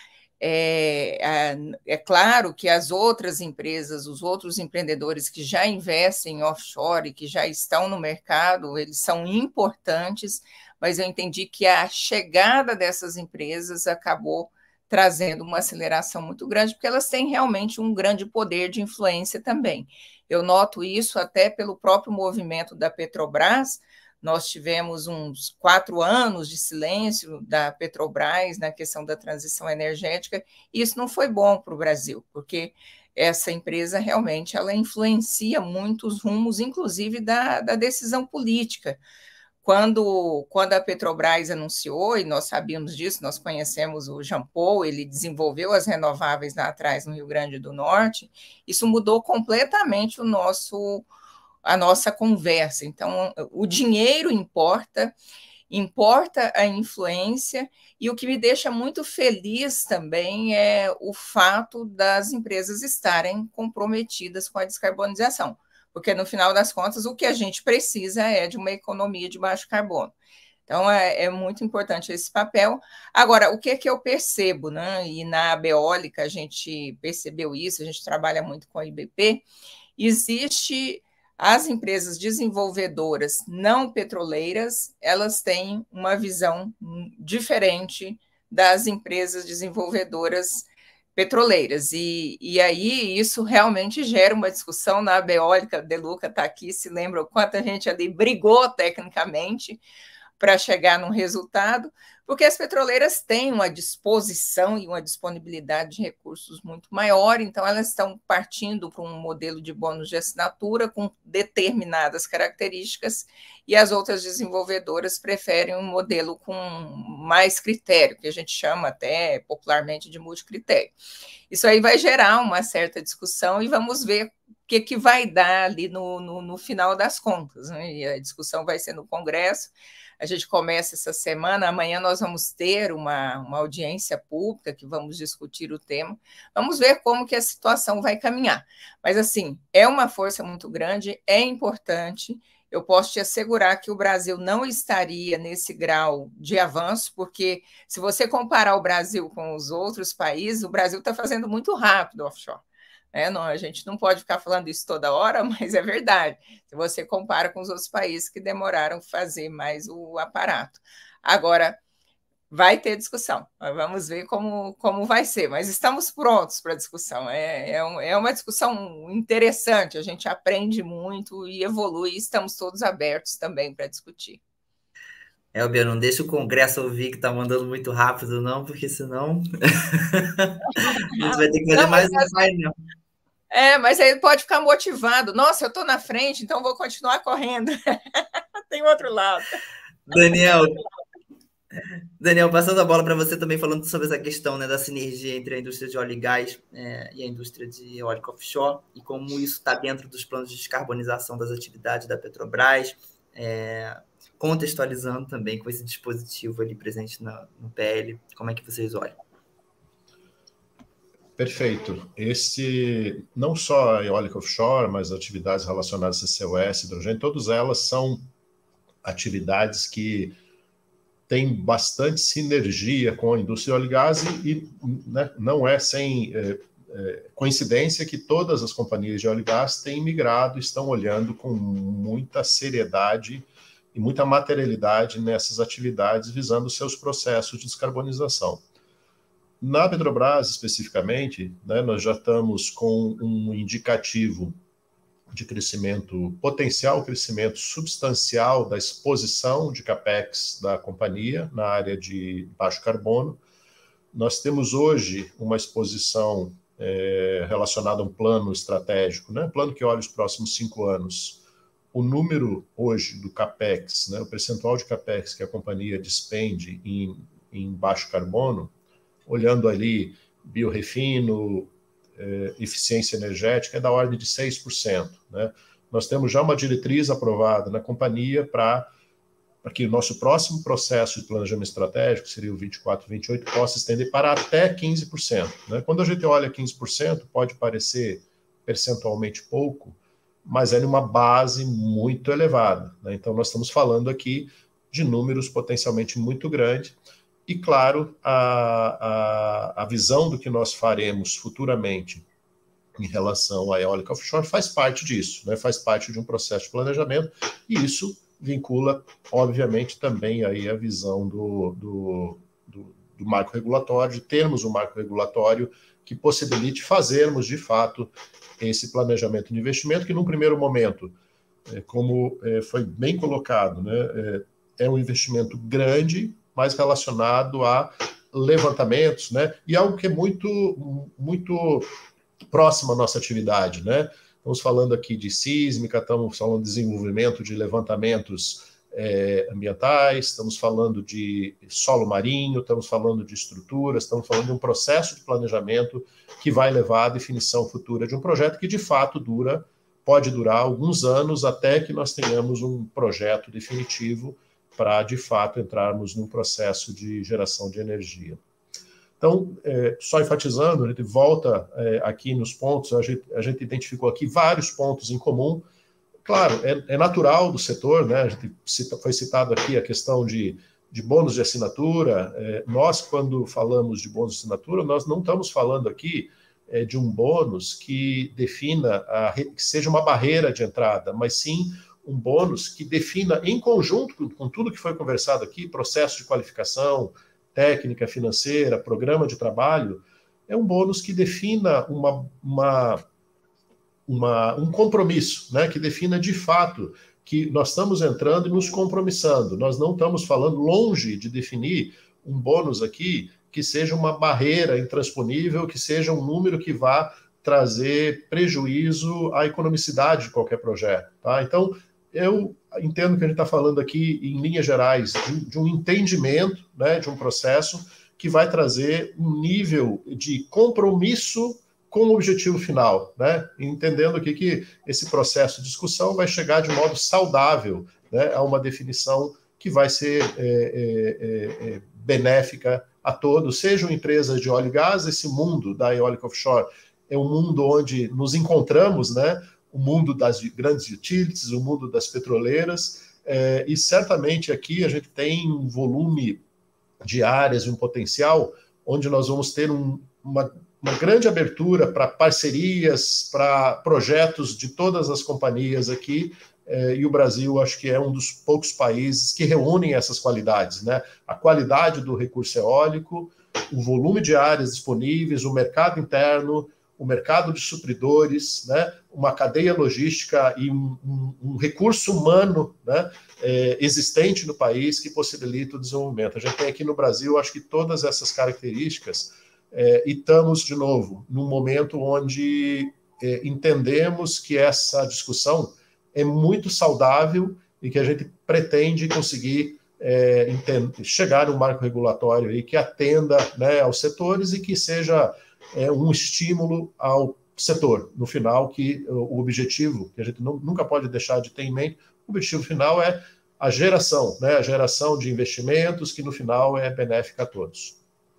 [SPEAKER 4] É, é claro que as outras empresas, os outros empreendedores que já investem em offshore, que já estão no mercado, eles são importantes, mas eu entendi que a chegada dessas empresas acabou trazendo uma aceleração muito grande, porque elas têm realmente um grande poder de influência também. Eu noto isso até pelo próprio movimento da Petrobras. Nós tivemos uns quatro anos de silêncio da Petrobras na questão da transição energética, e isso não foi bom para o Brasil, porque essa empresa realmente ela influencia muitos rumos, inclusive da, da decisão política. Quando, quando a Petrobras anunciou, e nós sabíamos disso, nós conhecemos o Jean Paul, ele desenvolveu as renováveis lá atrás no Rio Grande do Norte, isso mudou completamente o nosso, a nossa conversa. Então, o dinheiro importa, importa a influência, e o que me deixa muito feliz também é o fato das empresas estarem comprometidas com a descarbonização, porque, no final das contas, o que a gente precisa é de uma economia de baixo carbono. Então, é, é muito importante esse papel. Agora, o que é que eu percebo, né? E na Beólica a gente percebeu isso, a gente trabalha muito com a I B P, existe as empresas desenvolvedoras não petroleiras, elas têm uma visão diferente das empresas desenvolvedoras petroleiras, e, e aí isso realmente gera uma discussão na Beólica. De Luca está aqui, se lembra o quanto a gente ali brigou tecnicamente para chegar num resultado, porque as petroleiras têm uma disposição e uma disponibilidade de recursos muito maior, então elas estão partindo para um modelo de bônus de assinatura com determinadas características, e as outras desenvolvedoras preferem um modelo com mais critério, que a gente chama até popularmente de multicritério. Isso aí vai gerar uma certa discussão e vamos ver o que, que vai dar ali no, no, no final das contas, né? E a discussão vai ser no Congresso. A gente começa essa semana, amanhã nós vamos ter uma, uma audiência pública que vamos discutir o tema, vamos ver como que a situação vai caminhar. Mas, assim, é uma força muito grande, é importante, eu posso te assegurar que o Brasil não estaria nesse grau de avanço, porque se você comparar o Brasil com os outros países, o Brasil está fazendo muito rápido offshore. É, não, a gente não pode ficar falando isso toda hora, mas é verdade. Se você compara com os outros países que demoraram a fazer mais o aparato. Agora, vai ter discussão. Vamos ver como, como vai ser, mas estamos prontos para a discussão. É, é, um, é uma discussão interessante, a gente aprende muito e evolui, e estamos todos abertos também para discutir.
[SPEAKER 3] Elbia, não deixa o Congresso ouvir que está mandando muito rápido, não, porque senão a gente vai ter que fazer não, mais um painel.
[SPEAKER 4] É, mas aí pode ficar motivado. Nossa, eu estou na frente, então vou continuar correndo. Tem outro lado.
[SPEAKER 3] Daniel, Daniel, passando a bola para você também, falando sobre essa questão, né, da sinergia entre a indústria de óleo e gás é, e a indústria de eólica offshore, e como isso está dentro dos planos de descarbonização das atividades da Petrobras, é, contextualizando também com esse dispositivo ali presente na, no P L, como é que vocês olham?
[SPEAKER 5] Perfeito. Esse, não só a eólica offshore, mas atividades relacionadas a C C U S, hidrogênio, todas elas são atividades que têm bastante sinergia com a indústria de óleo e gás e, né, não é sem é, é, coincidência que todas as companhias de óleo e gás têm migrado, estão olhando com muita seriedade e muita materialidade nessas atividades, visando seus processos de descarbonização. Na Petrobras, especificamente, né, nós já estamos com um indicativo de crescimento, potencial crescimento substancial da exposição de capex da companhia na área de baixo carbono. Nós temos hoje uma exposição é, relacionada a um plano estratégico, né, plano que olha os próximos cinco anos. O número hoje do capex, né, o percentual de capex que a companhia despende em, em baixo carbono, olhando ali biorefino, eh, eficiência energética, é da ordem de seis por cento. Né? Nós temos já uma diretriz aprovada na companhia para que o nosso próximo processo de planejamento estratégico, seria o vinte e quatro, vinte e oito, possa estender para até quinze por cento. Né? Quando a gente olha quinze por cento, pode parecer percentualmente pouco, mas é uma base muito elevada. Né? Então, nós estamos falando aqui de números potencialmente muito grandes. E, claro, a, a, a visão do que nós faremos futuramente em relação à eólica offshore faz parte disso, né? Faz parte de um processo de planejamento, e isso vincula, obviamente, também aí a visão do, do, do, do marco regulatório, de termos um marco regulatório que possibilite fazermos, de fato, esse planejamento de investimento, que, num primeiro momento, é, como é, foi bem colocado, né, é, é um investimento grande, mais relacionado a levantamentos, né? E algo que é muito, muito próximo à nossa atividade, né? Estamos falando aqui de sísmica, estamos falando de desenvolvimento de levantamentos é, ambientais, estamos falando de solo marinho, estamos falando de estruturas, estamos falando de um processo de planejamento que vai levar à definição futura de um projeto que, de fato, dura, pode durar alguns anos até que nós tenhamos um projeto definitivo para, de fato, entrarmos num processo de geração de energia. Então, é, só enfatizando, a gente volta é, aqui nos pontos, a gente, a gente identificou aqui vários pontos em comum. Claro, é, é natural do setor, né? A gente cita, foi citado aqui a questão de, de bônus de assinatura. É, nós, quando falamos de bônus de assinatura, nós não estamos falando aqui é, de um bônus que defina, a, que seja uma barreira de entrada, mas sim um bônus que defina, em conjunto com, com tudo que foi conversado aqui, processo de qualificação, técnica financeira, programa de trabalho, é um bônus que defina uma, uma, uma, um compromisso, né, que defina de fato que nós estamos entrando e nos compromissando. Nós não estamos falando, longe de definir um bônus aqui que seja uma barreira intransponível, que seja um número que vá trazer prejuízo à economicidade de qualquer projeto. Tá? Então, eu entendo que a gente está falando aqui, em linhas gerais, de, de um entendimento, né, de um processo que vai trazer um nível de compromisso com o objetivo final, né, entendendo aqui que esse processo de discussão vai chegar de modo saudável, né, a uma definição que vai ser é, é, é, benéfica a todos, sejam empresas de óleo e gás. Esse mundo da eólica offshore é um mundo onde nos encontramos, né, o mundo das grandes utilities, o mundo das petroleiras, é, e certamente aqui a gente tem um volume de áreas e um potencial onde nós vamos ter um, uma, uma grande abertura para parcerias, para projetos de todas as companhias aqui, é, e o Brasil acho que é um dos poucos países que reúnem essas qualidades, né? A qualidade do recurso eólico, o volume de áreas disponíveis, o mercado interno, o mercado de supridores, né, uma cadeia logística e um, um, um recurso humano, né, é, existente no país que possibilita o desenvolvimento. A gente tem aqui no Brasil, acho que todas essas características, é, e estamos, de novo, num momento onde é, entendemos que essa discussão é muito saudável e que a gente pretende conseguir é, chegar um marco regulatório aí que atenda, né, aos setores e que seja é, um estímulo ao setor, no final, que o objetivo, que a gente não, nunca pode deixar de ter em mente, o objetivo final é a geração, né, a geração de investimentos, que no final é benéfica a todos.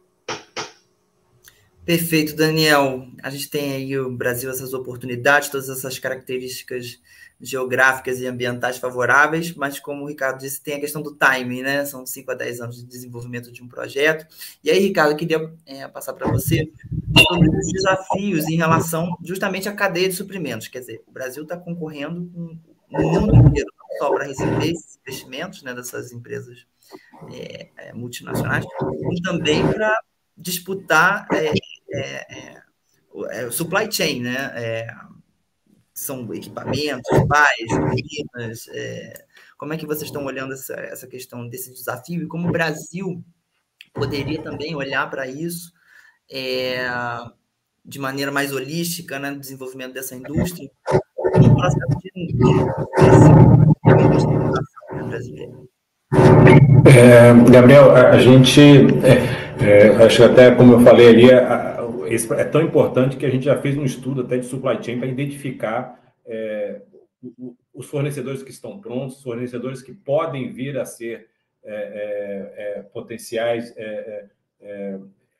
[SPEAKER 3] Perfeito, Daniel. A gente tem aí o Brasil essas oportunidades, todas essas características geográficas e ambientais favoráveis, mas como o Ricardo disse, tem a questão do timing, né? São cinco a dez anos de desenvolvimento de um projeto. E aí, Ricardo, eu queria é, passar para você sobre os desafios em relação justamente à cadeia de suprimentos. Quer dizer, o Brasil está concorrendo com o mundo inteiro, não só para receber esses investimentos, né, dessas empresas é, é, multinacionais, como também para disputar é, é, é, supply chain, né? É, são equipamentos, pais, turbinas. É, como é que vocês estão olhando essa, essa questão desse desafio e como o Brasil poderia também olhar para isso é, de maneira mais holística, né, no desenvolvimento dessa indústria, no processo de crescimento brasileira?
[SPEAKER 7] É, Gabriel, a, a gente, é, é, acho que até como eu falei ali, a, a, esse, é tão importante que a gente já fez um estudo até de supply chain para identificar é, o, os fornecedores que estão prontos, fornecedores que podem vir a ser é, é, é, potenciais é, é,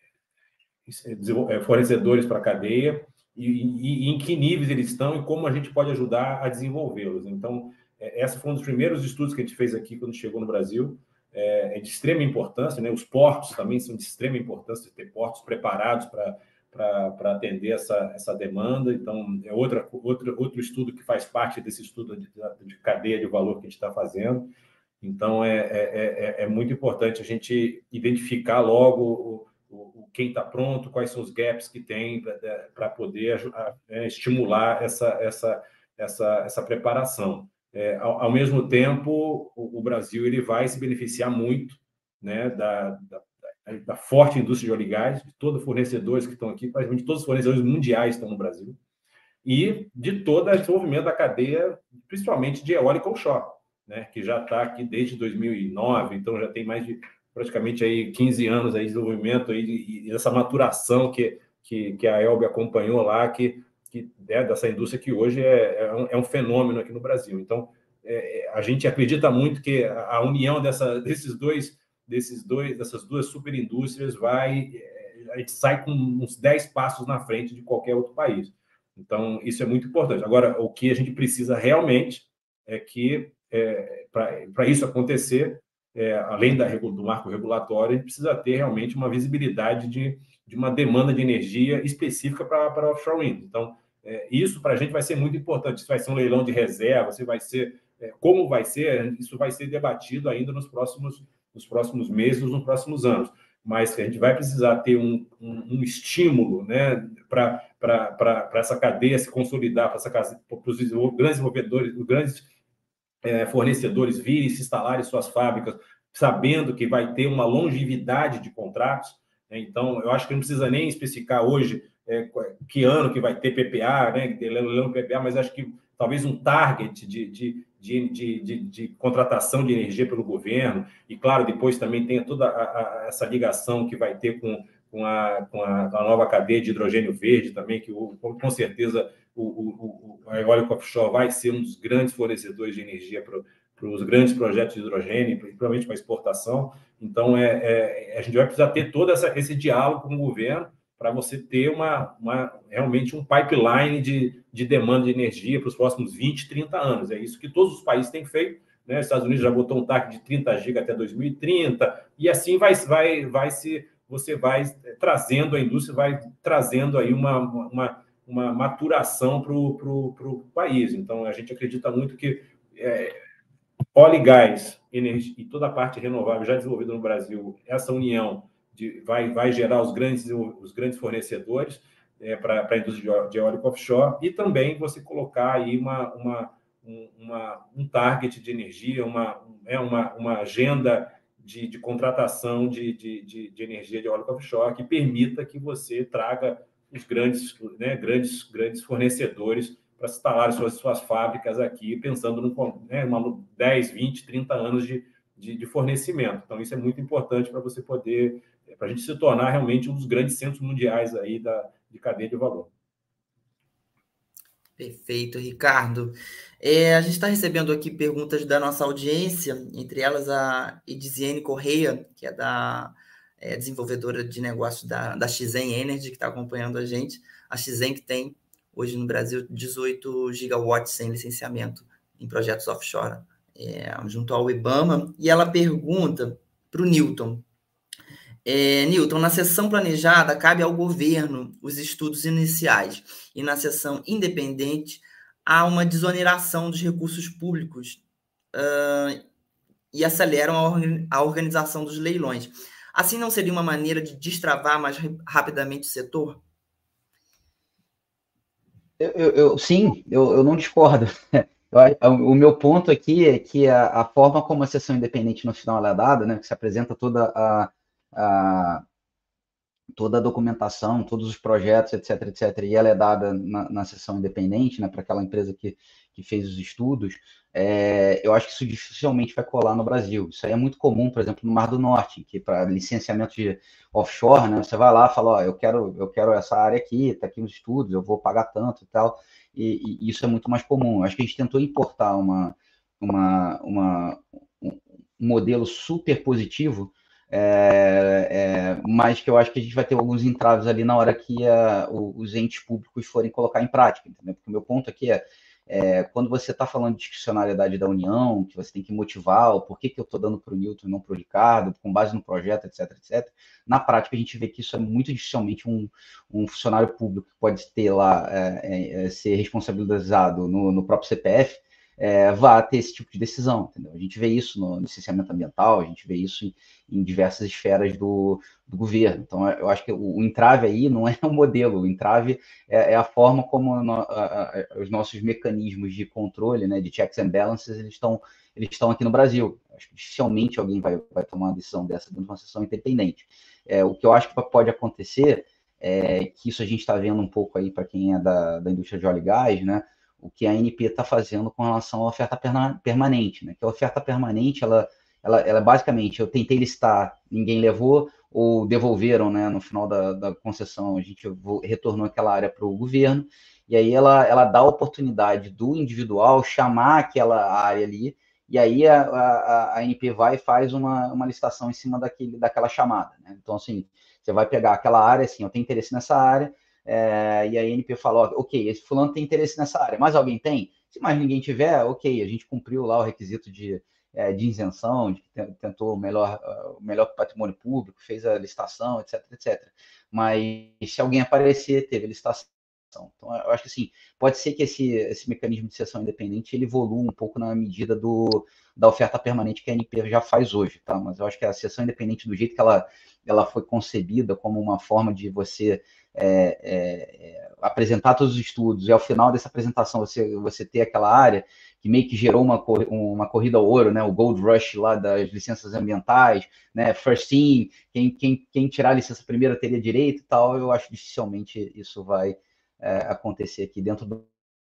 [SPEAKER 7] é, fornecedores para a cadeia e, e, e em que níveis eles estão e como a gente pode ajudar a desenvolvê-los. Então, é, esse foi um dos primeiros estudos que a gente fez aqui quando chegou no Brasil. É de extrema importância, né? Os portos também são de extrema importância, ter portos preparados para atender essa, essa demanda. Então, é outra, outra, outro estudo que faz parte desse estudo de, de cadeia de valor que a gente está fazendo. Então, é, é, é, é muito importante a gente identificar logo o, o, quem está pronto, quais são os gaps que tem para poder é, estimular essa, essa, essa, essa preparação. É, ao, ao mesmo tempo, o, o Brasil ele vai se beneficiar muito, né, da, da, da forte indústria de óleo e gás, de todos os fornecedores que estão aqui, praticamente todos os fornecedores mundiais estão no Brasil, e de todo o desenvolvimento da cadeia, principalmente de eólica offshore, né, que já está aqui desde dois mil e nove, então já tem mais de praticamente aí quinze anos aí de desenvolvimento aí, e, e essa maturação que, que, que a Elbe acompanhou lá, que Que, é, dessa indústria que hoje é, é, um, é um fenômeno aqui no Brasil. Então, é, a gente acredita muito que a, a união dessa, desses dois, desses dois, dessas duas superindústrias vai, é, a gente sai com uns dez passos na frente de qualquer outro país. Então, isso é muito importante. Agora, o que a gente precisa realmente é que, é, para isso acontecer, é, além da, do marco regulatório, a gente precisa ter realmente uma visibilidade de, de uma demanda de energia específica para offshore wind. Então, É, isso para a gente vai ser muito importante. Isso vai ser um leilão de reserva, se vai ser, é, como vai ser, isso vai ser debatido ainda nos próximos, nos próximos meses, nos próximos anos. Mas a gente vai precisar ter um, um, um estímulo, né, para essa cadeia se consolidar, para os grandes desenvolvedores, os grandes é, fornecedores virem se instalarem em suas fábricas, sabendo que vai ter uma longevidade de contratos. Né? Então, eu acho que não precisa nem especificar hoje É, que ano que vai ter P P A, né? Leilão P P A, mas acho que talvez um target de, de, de, de, de, de contratação de energia pelo governo, e claro, depois também tem toda a, a, essa ligação que vai ter com, com, a, com a, a nova cadeia de hidrogênio verde também, que o, com certeza o, o, o, a eólica offshore vai ser um dos grandes fornecedores de energia para para os grandes projetos de hidrogênio, principalmente para exportação. Então, é, é, a gente vai precisar ter todo essa, esse diálogo com o governo, para você ter uma, uma, realmente um pipeline de, de demanda de energia para os próximos vinte, trinta anos. É isso que todos os países têm feito. Né? Os Estados Unidos já botou um target de trinta gigas até dois mil e trinta, e assim vai, vai, vai se, você vai trazendo, a indústria vai trazendo aí uma, uma, uma maturação para o país. Então, a gente acredita muito que é, óleo e gás energia, e toda a parte renovável já desenvolvida no Brasil, essa união De, vai, vai gerar os grandes, os grandes fornecedores é, para a indústria de eólica offshore, e também você colocar aí uma, uma, uma, um target de energia, uma, é, uma, uma agenda de, de contratação de, de, de, de energia de eólica offshore que permita que você traga os grandes, né, grandes, grandes fornecedores para instalar suas, suas fábricas aqui, pensando em né, dez, vinte, trinta anos de de, de fornecimento. Então, isso é muito importante para você poder, para a gente se tornar realmente um dos grandes centros mundiais aí da, de cadeia de valor.
[SPEAKER 3] Perfeito, Ricardo. É, a gente está recebendo aqui perguntas da nossa audiência, entre elas a Ediziane Correia, que é da é, desenvolvedora de negócios da, da X N Energy, que está acompanhando a gente. A X N que tem, hoje no Brasil, dezoito gigawatts sem licenciamento em projetos offshore, é, junto ao IBAMA. E ela pergunta para o Newton. É, Newton, na sessão planejada, cabe ao governo os estudos iniciais, e na sessão independente, há uma desoneração dos recursos públicos uh, e aceleram a, orga a organização dos leilões. Assim, não seria uma maneira de destravar mais rapidamente o setor?
[SPEAKER 8] Eu, eu, eu, sim, eu, eu não discordo. Eu, o meu ponto aqui é que a, a forma como a sessão independente no final é dada, né, que se apresenta toda a A, toda a documentação, todos os projetos, etc, etc, e ela é dada na, na sessão independente, né, para aquela empresa que, que fez os estudos, é, eu acho que isso dificilmente vai colar no Brasil. Isso aí é muito comum, por exemplo, no Mar do Norte, que para licenciamento de offshore, né, você vai lá e fala, ó, eu quero, eu quero essa área aqui, está aqui os estudos, eu vou pagar tanto e tal, e, e isso é muito mais comum. Eu acho que a gente tentou importar uma, uma, uma, um modelo super positivo, É, é, mas que eu acho que a gente vai ter alguns entraves ali na hora que a, o, os entes públicos forem colocar em prática, entendeu? Porque o meu ponto aqui é, é quando você está falando de discricionariedade da União, que você tem que motivar o porquê que eu estou dando para o Newton e não para o Ricardo, com base no projeto, etc, etc, na prática a gente vê que isso é muito dificilmente um, um funcionário público que pode ter lá, é, é, ser responsabilizado no, no próprio C P F, É, vá ter esse tipo de decisão, entendeu? A gente vê isso no licenciamento ambiental, a gente vê isso em, em diversas esferas do, do governo. Então, eu acho que o, o entrave aí não é o modelo, o entrave é, é a forma como no, a, a, os nossos mecanismos de controle, né, de checks and balances, eles estão eles estão aqui no Brasil. Acho que dificilmente alguém vai, vai tomar uma decisão dessa dentro de uma sessão independente. É, o que eu acho que pode acontecer é que isso a gente está vendo um pouco aí para quem é da, da indústria de óleo e gás, né? O que a A N P está fazendo com relação à oferta permanente, né? Que a oferta permanente, ela, ela, ela basicamente, eu tentei listar, ninguém levou, ou devolveram, né, no final da, da concessão, a gente retornou aquela área para o governo, e aí ela, ela dá a oportunidade do individual chamar aquela área ali, e aí a, a, a A N P vai e faz uma, uma licitação em cima daquele, daquela chamada, né? Então, assim, você vai pegar aquela área, assim, eu tenho interesse nessa área, É, e a A N P falou, ok, esse fulano tem interesse nessa área, mas alguém tem? Se mais ninguém tiver, ok, a gente cumpriu lá o requisito de, é, de isenção, de que tentou o melhor, o melhor patrimônio público, fez a licitação, etc, etcétera. Mas se alguém aparecer, teve a licitação. Então, eu acho que assim, pode ser que esse, esse mecanismo de sessão independente ele evolua um pouco na medida do, da oferta permanente que a A N P já faz hoje, tá? Mas eu acho que a sessão independente, do jeito que ela, ela foi concebida como uma forma de você É, é, é, apresentar todos os estudos e ao final dessa apresentação você, você ter aquela área que meio que gerou uma, uma corrida ao ouro, né, o Gold Rush lá das licenças ambientais, né, First In, quem, quem, quem tirar a licença primeiro teria direito e tal, eu acho que dificilmente isso vai é, acontecer aqui dentro do...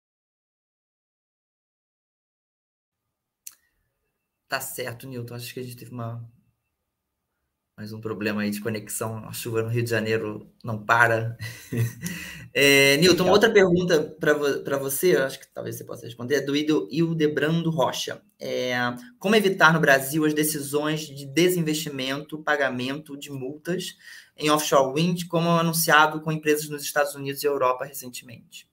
[SPEAKER 3] Tá certo, Newton, acho que a gente teve uma... mais um problema aí de conexão, a chuva no Rio de Janeiro não para. É, Newton, outra pergunta para você, acho que talvez você possa responder, é do Hildebrando Rocha. É, como evitar no Brasil as decisões de desinvestimento, pagamento de multas em offshore wind, como anunciado com empresas nos Estados Unidos e Europa recentemente?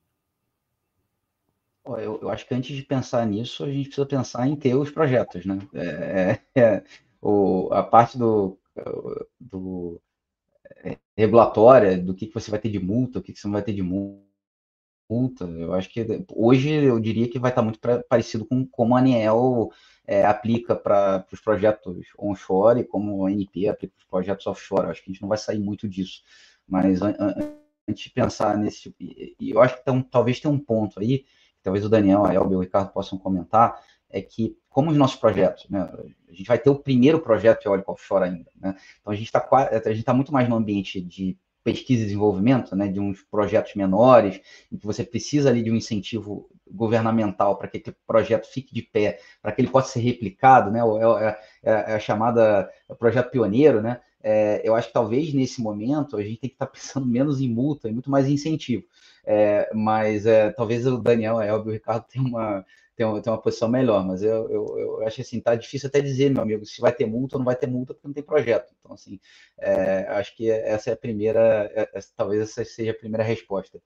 [SPEAKER 8] Eu, eu acho que antes de pensar nisso, a gente precisa pensar em ter os projetos, né? É, é, o, a parte do do é, regulatória, do que, que você vai ter de multa, o que, que você não vai ter de multa. Eu acho que hoje eu diria que vai estar muito pra, parecido com como a ANEEL é, aplica para os projetos onshore e como a A N P aplica para os projetos offshore. Eu acho que a gente não vai sair muito disso. Mas an, an, antes de pensar nesse tipo... E eu acho que tem, talvez tenha um ponto aí, que talvez o Daniel, a Elber e o Ricardo possam comentar, é que, como os nossos projetos, né, a gente vai ter o primeiro projeto eólico offshore ainda, né, então a gente está a gente tá muito mais no ambiente de pesquisa e desenvolvimento, né, de uns projetos menores, em que você precisa ali de um incentivo governamental para que aquele projeto fique de pé, para que ele possa ser replicado, né? É, é, é a chamada projeto pioneiro, né? É, eu acho que talvez nesse momento a gente tem que estar pensando menos em multa e muito mais em incentivo. É, mas é, talvez o Daniel, a Elbio e o Ricardo tenham uma, tenham, tenham uma posição melhor, mas eu, eu, eu acho assim, tá difícil até dizer, meu amigo, se vai ter multa ou não vai ter multa, porque não tem projeto. Então, assim, é, acho que essa é a primeira, é, é, talvez essa seja a primeira resposta.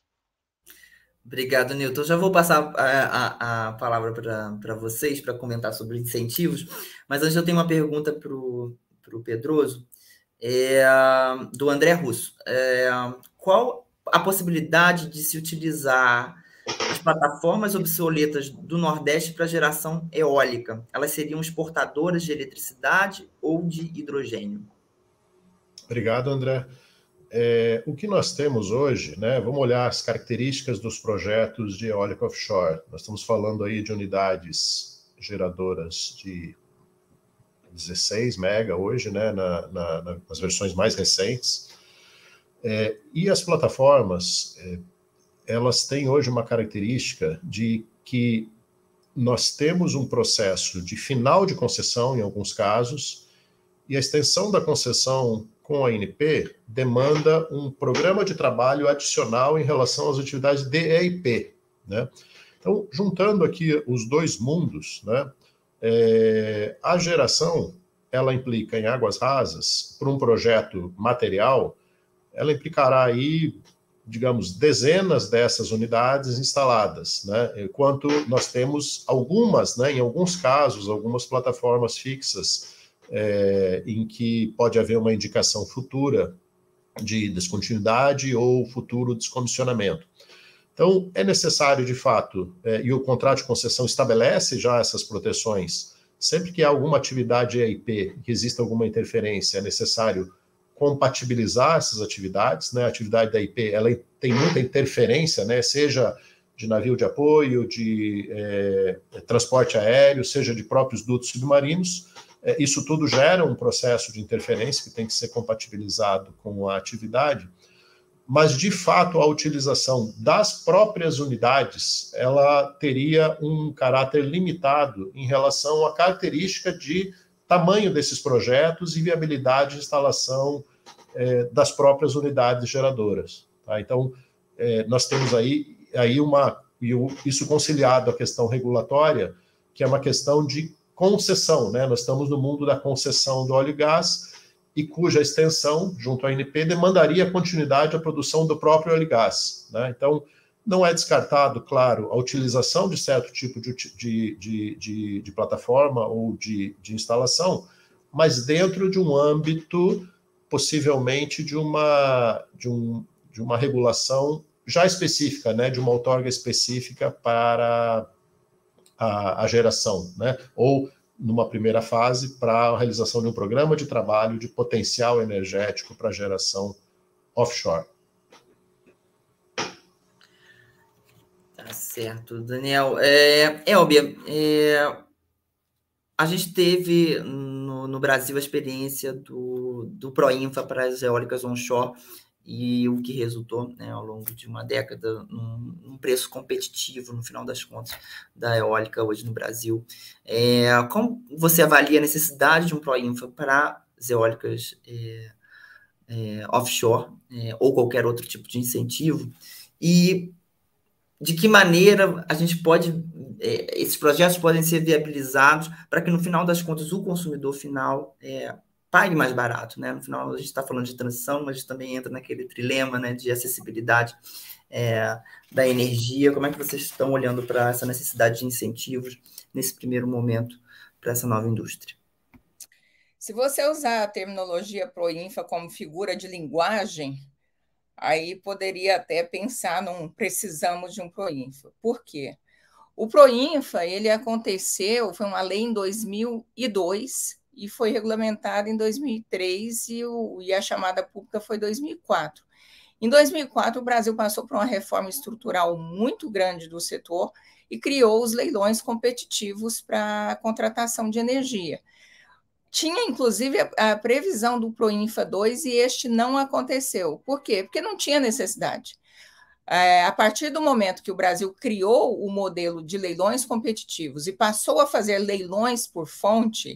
[SPEAKER 3] Obrigado, Nilton. Já vou passar a, a, a palavra para vocês para comentar sobre incentivos, mas antes eu tenho uma pergunta para o Pedroso, é, do André Russo. É, qual a possibilidade de se utilizar as plataformas obsoletas do Nordeste para geração eólica? Elas seriam exportadoras de eletricidade ou de hidrogênio?
[SPEAKER 5] Obrigado, André. É, o que nós temos hoje, né, vamos olhar as características dos projetos de eólica offshore. Nós estamos falando aí de unidades geradoras de dezesseis mega hoje, né, na, na, nas versões mais recentes. É, e as plataformas, é, elas têm hoje uma característica de que nós temos um processo de final de concessão, em alguns casos, e a extensão da concessão com a A N P demanda um programa de trabalho adicional em relação às atividades de E I P, né? Então, juntando aqui os dois mundos, né, é, a geração, ela implica em águas rasas, para um projeto material, ela implicará aí, digamos, dezenas dessas unidades instaladas, né, enquanto nós temos algumas, né, em alguns casos, algumas plataformas fixas, É, em que pode haver uma indicação futura de descontinuidade ou futuro descomissionamento. Então, é necessário, de fato, é, e o contrato de concessão estabelece já essas proteções, sempre que há alguma atividade E I P, que exista alguma interferência, é necessário compatibilizar essas atividades, né? A atividade da E I P, ela tem muita interferência, né? Seja de navio de apoio, de é, transporte aéreo, seja de próprios dutos submarinos. Isso tudo gera um processo de interferência que tem que ser compatibilizado com a atividade, mas, de fato, a utilização das próprias unidades, ela teria um caráter limitado em relação à característica de tamanho desses projetos e viabilidade de instalação é, das próprias unidades geradoras. Tá? Então, é, nós temos aí, aí uma, isso conciliado à questão regulatória, que é uma questão de concessão, né? Nós estamos no mundo da concessão do óleo e gás, e cuja extensão, junto à A N P, demandaria a continuidade da produção do próprio óleo e gás, né? Então, não é descartado, claro, a utilização de certo tipo de, de, de, de, de plataforma ou de, de instalação, mas dentro de um âmbito, possivelmente, de uma, de um, de uma regulação já específica, né? De uma outorga específica para A, a geração, né? Ou, numa primeira fase, para a realização de um programa de trabalho de potencial energético para geração offshore.
[SPEAKER 3] Tá certo, Daniel. É, Elbia, é, a gente teve no, no Brasil a experiência do, do Proinfa para as eólicas onshore, e o que resultou, né, ao longo de uma década, num, num preço competitivo, no final das contas, da eólica hoje no Brasil. É, como você avalia a necessidade de um Proinfa para as eólicas é, é, offshore, é, ou qualquer outro tipo de incentivo? E de que maneira a gente pode, é, esses projetos podem ser viabilizados para que, no final das contas, o consumidor final é, pague mais barato, né? No final, a gente está falando de transição, mas a gente também entra naquele trilema, né, de acessibilidade é, da energia. Como é que vocês estão olhando para essa necessidade de incentivos nesse primeiro momento para essa nova indústria?
[SPEAKER 4] Se você usar a terminologia Proinfa como figura de linguagem, aí poderia até pensar num precisamos de um Proinfa. Por quê? O Proinfa, ele aconteceu, foi uma lei em dois mil e dois, e foi regulamentado em dois mil e três, e, o, e a chamada pública foi em dois mil e quatro. Em dois mil e quatro, o Brasil passou por uma reforma estrutural muito grande do setor e criou os leilões competitivos para a contratação de energia. Tinha, inclusive, a, a previsão do Proinfa dois, e este não aconteceu. Por quê? Porque não tinha necessidade. É, a partir do momento que o Brasil criou o modelo de leilões competitivos e passou a fazer leilões por fonte,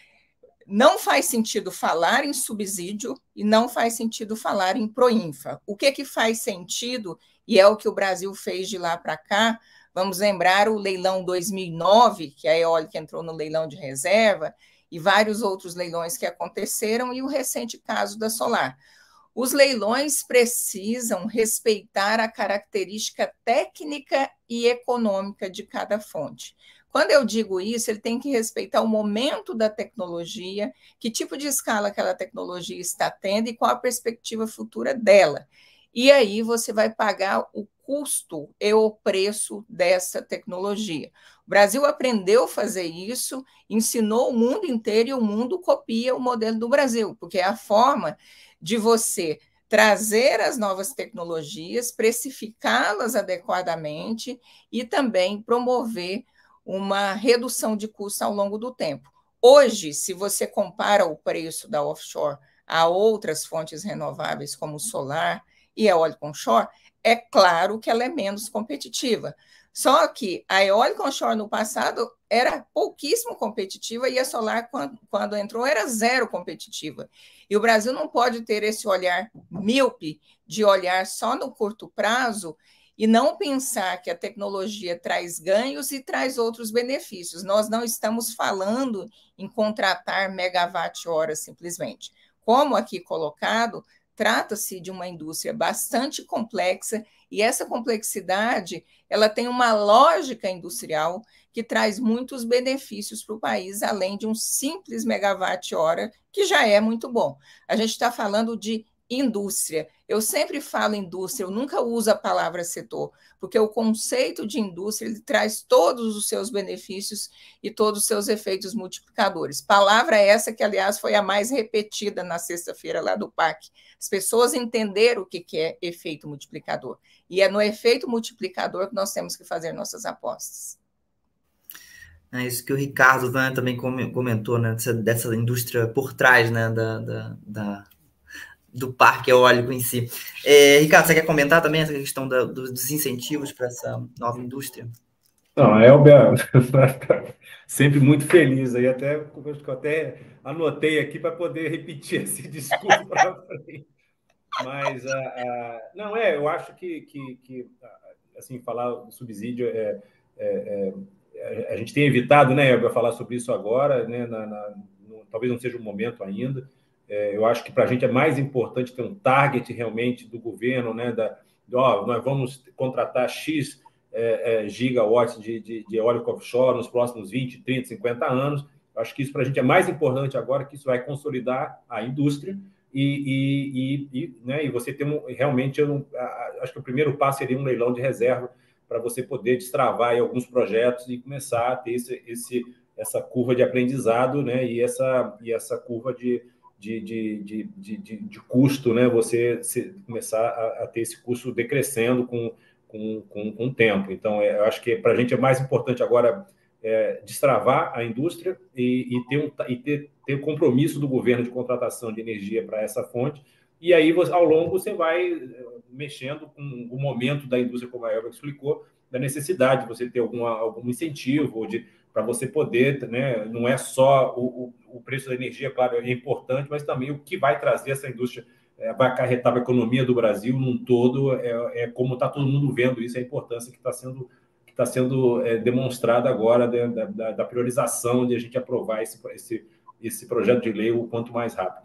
[SPEAKER 4] não faz sentido falar em subsídio e não faz sentido falar em Proinfa. O que, que faz sentido, e é o que o Brasil fez de lá para cá, vamos lembrar o leilão dois mil e nove, que a eólica entrou no leilão de reserva, e vários outros leilões que aconteceram, e o recente caso da Solar. Os leilões precisam respeitar a característica técnica e econômica de cada fonte. Quando eu digo isso, ele tem que respeitar o momento da tecnologia, que tipo de escala aquela tecnologia está tendo e qual a perspectiva futura dela. E aí você vai pagar o custo e o preço dessa tecnologia. O Brasil aprendeu a fazer isso, ensinou o mundo inteiro e o mundo copia o modelo do Brasil, porque é a forma de você trazer as novas tecnologias, precificá-las adequadamente e também promover uma redução de custo ao longo do tempo. Hoje, se você compara o preço da offshore a outras fontes renováveis, como solar e eólica onshore, é claro que ela é menos competitiva. Só que a eólica onshore no passado era pouquíssimo competitiva e a solar, quando, quando entrou, era zero competitiva. E o Brasil não pode ter esse olhar míope de olhar só no curto prazo e não pensar que a tecnologia traz ganhos e traz outros benefícios. Nós não estamos falando em contratar megawatt-hora simplesmente. Como aqui colocado, trata-se de uma indústria bastante complexa e essa complexidade ela tem uma lógica industrial que traz muitos benefícios para o país, além de um simples megawatt-hora, que já é muito bom. A gente está falando de indústria. Eu sempre falo indústria, eu nunca uso a palavra setor, porque o conceito de indústria ele traz todos os seus benefícios e todos os seus efeitos multiplicadores. Palavra essa que, aliás, foi a mais repetida na sexta-feira lá do P A C. As pessoas entenderam o que é efeito multiplicador. E é no efeito multiplicador que nós temos que fazer nossas apostas.
[SPEAKER 3] É isso que o Ricardo, né, também comentou, né, dessa, dessa indústria por trás, né, da, da, da, do parque eólico em si. É, Ricardo, você quer comentar também essa questão da, dos incentivos para essa nova indústria?
[SPEAKER 7] Não, a Elbia sempre muito feliz aí, até eu até anotei aqui para poder repetir esse discurso para frente. Mas, a, a, não, é, eu acho que, que, que assim, falar do subsídio, é, é, é, a gente tem evitado, né, Elbia, falar sobre isso agora, né, na, na, no, talvez não seja o momento ainda. É, eu acho que para a gente é mais importante ter um target realmente do governo, né, da, de, ó, nós vamos contratar X é, é, gigawatts de, de, de eólico offshore nos próximos vinte, trinta, cinquenta anos. Eu acho que isso para a gente é mais importante agora, que isso vai consolidar a indústria e, e, e, e, né, e você ter um, realmente, eu, acho que o primeiro passo seria um leilão de reserva para você poder destravar aí alguns projetos e começar a ter esse, esse, essa curva de aprendizado, né, e, essa, e essa curva de De, de, de, de, de custo, né? Você se, começar a, a ter esse custo decrescendo com, com, com, com o tempo. Então, é, eu acho que para a gente é mais importante agora é, destravar a indústria e, e, ter, um, e ter, ter o compromisso do governo de contratação de energia para essa fonte. E aí, você, ao longo, você vai mexendo com o momento da indústria, como a Elba explicou, da necessidade de você ter alguma, algum incentivo de para você poder, né, não é só o, o, o preço da energia, claro, é importante, mas também o que vai trazer essa indústria, é, vai acarretar a economia do Brasil num todo, é, é como está todo mundo vendo isso, a importância que está sendo, que tá sendo é, demonstrada agora da, da, da priorização de a gente aprovar esse, esse, esse projeto de lei o quanto mais rápido.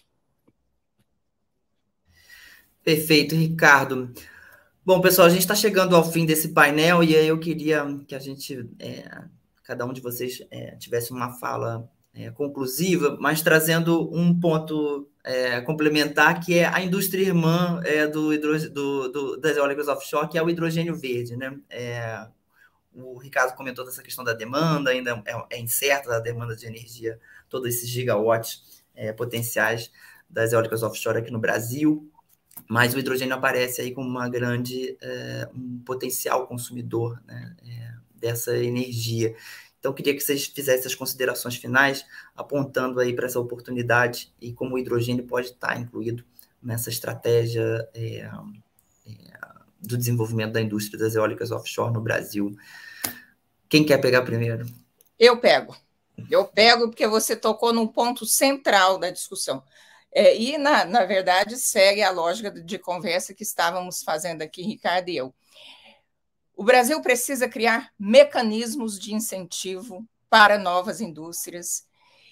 [SPEAKER 3] Perfeito, Ricardo. Bom, pessoal, a gente está chegando ao fim desse painel e aí eu queria que a gente... É... cada um de vocês é, tivesse uma fala é, conclusiva, mas trazendo um ponto é, complementar, que é a indústria irmã é, do, do, do, das eólicas offshore, que é o hidrogênio verde, né? É, o Ricardo comentou dessa questão da demanda, ainda é, é incerta a demanda de energia, todos esses gigawatts é, potenciais das eólicas offshore aqui no Brasil, mas o hidrogênio aparece aí como uma grande, é, um potencial consumidor, né, é, dessa energia. Então, queria que vocês fizessem as considerações finais, apontando aí para essa oportunidade e como o hidrogênio pode estar incluído nessa estratégia é, é, do desenvolvimento da indústria das eólicas offshore no Brasil. Quem quer pegar primeiro?
[SPEAKER 4] Eu pego. Eu pego porque você tocou num ponto central da discussão. É, e, na, na verdade, segue a lógica de conversa que estávamos fazendo aqui, Ricardo e eu. O Brasil precisa criar mecanismos de incentivo para novas indústrias.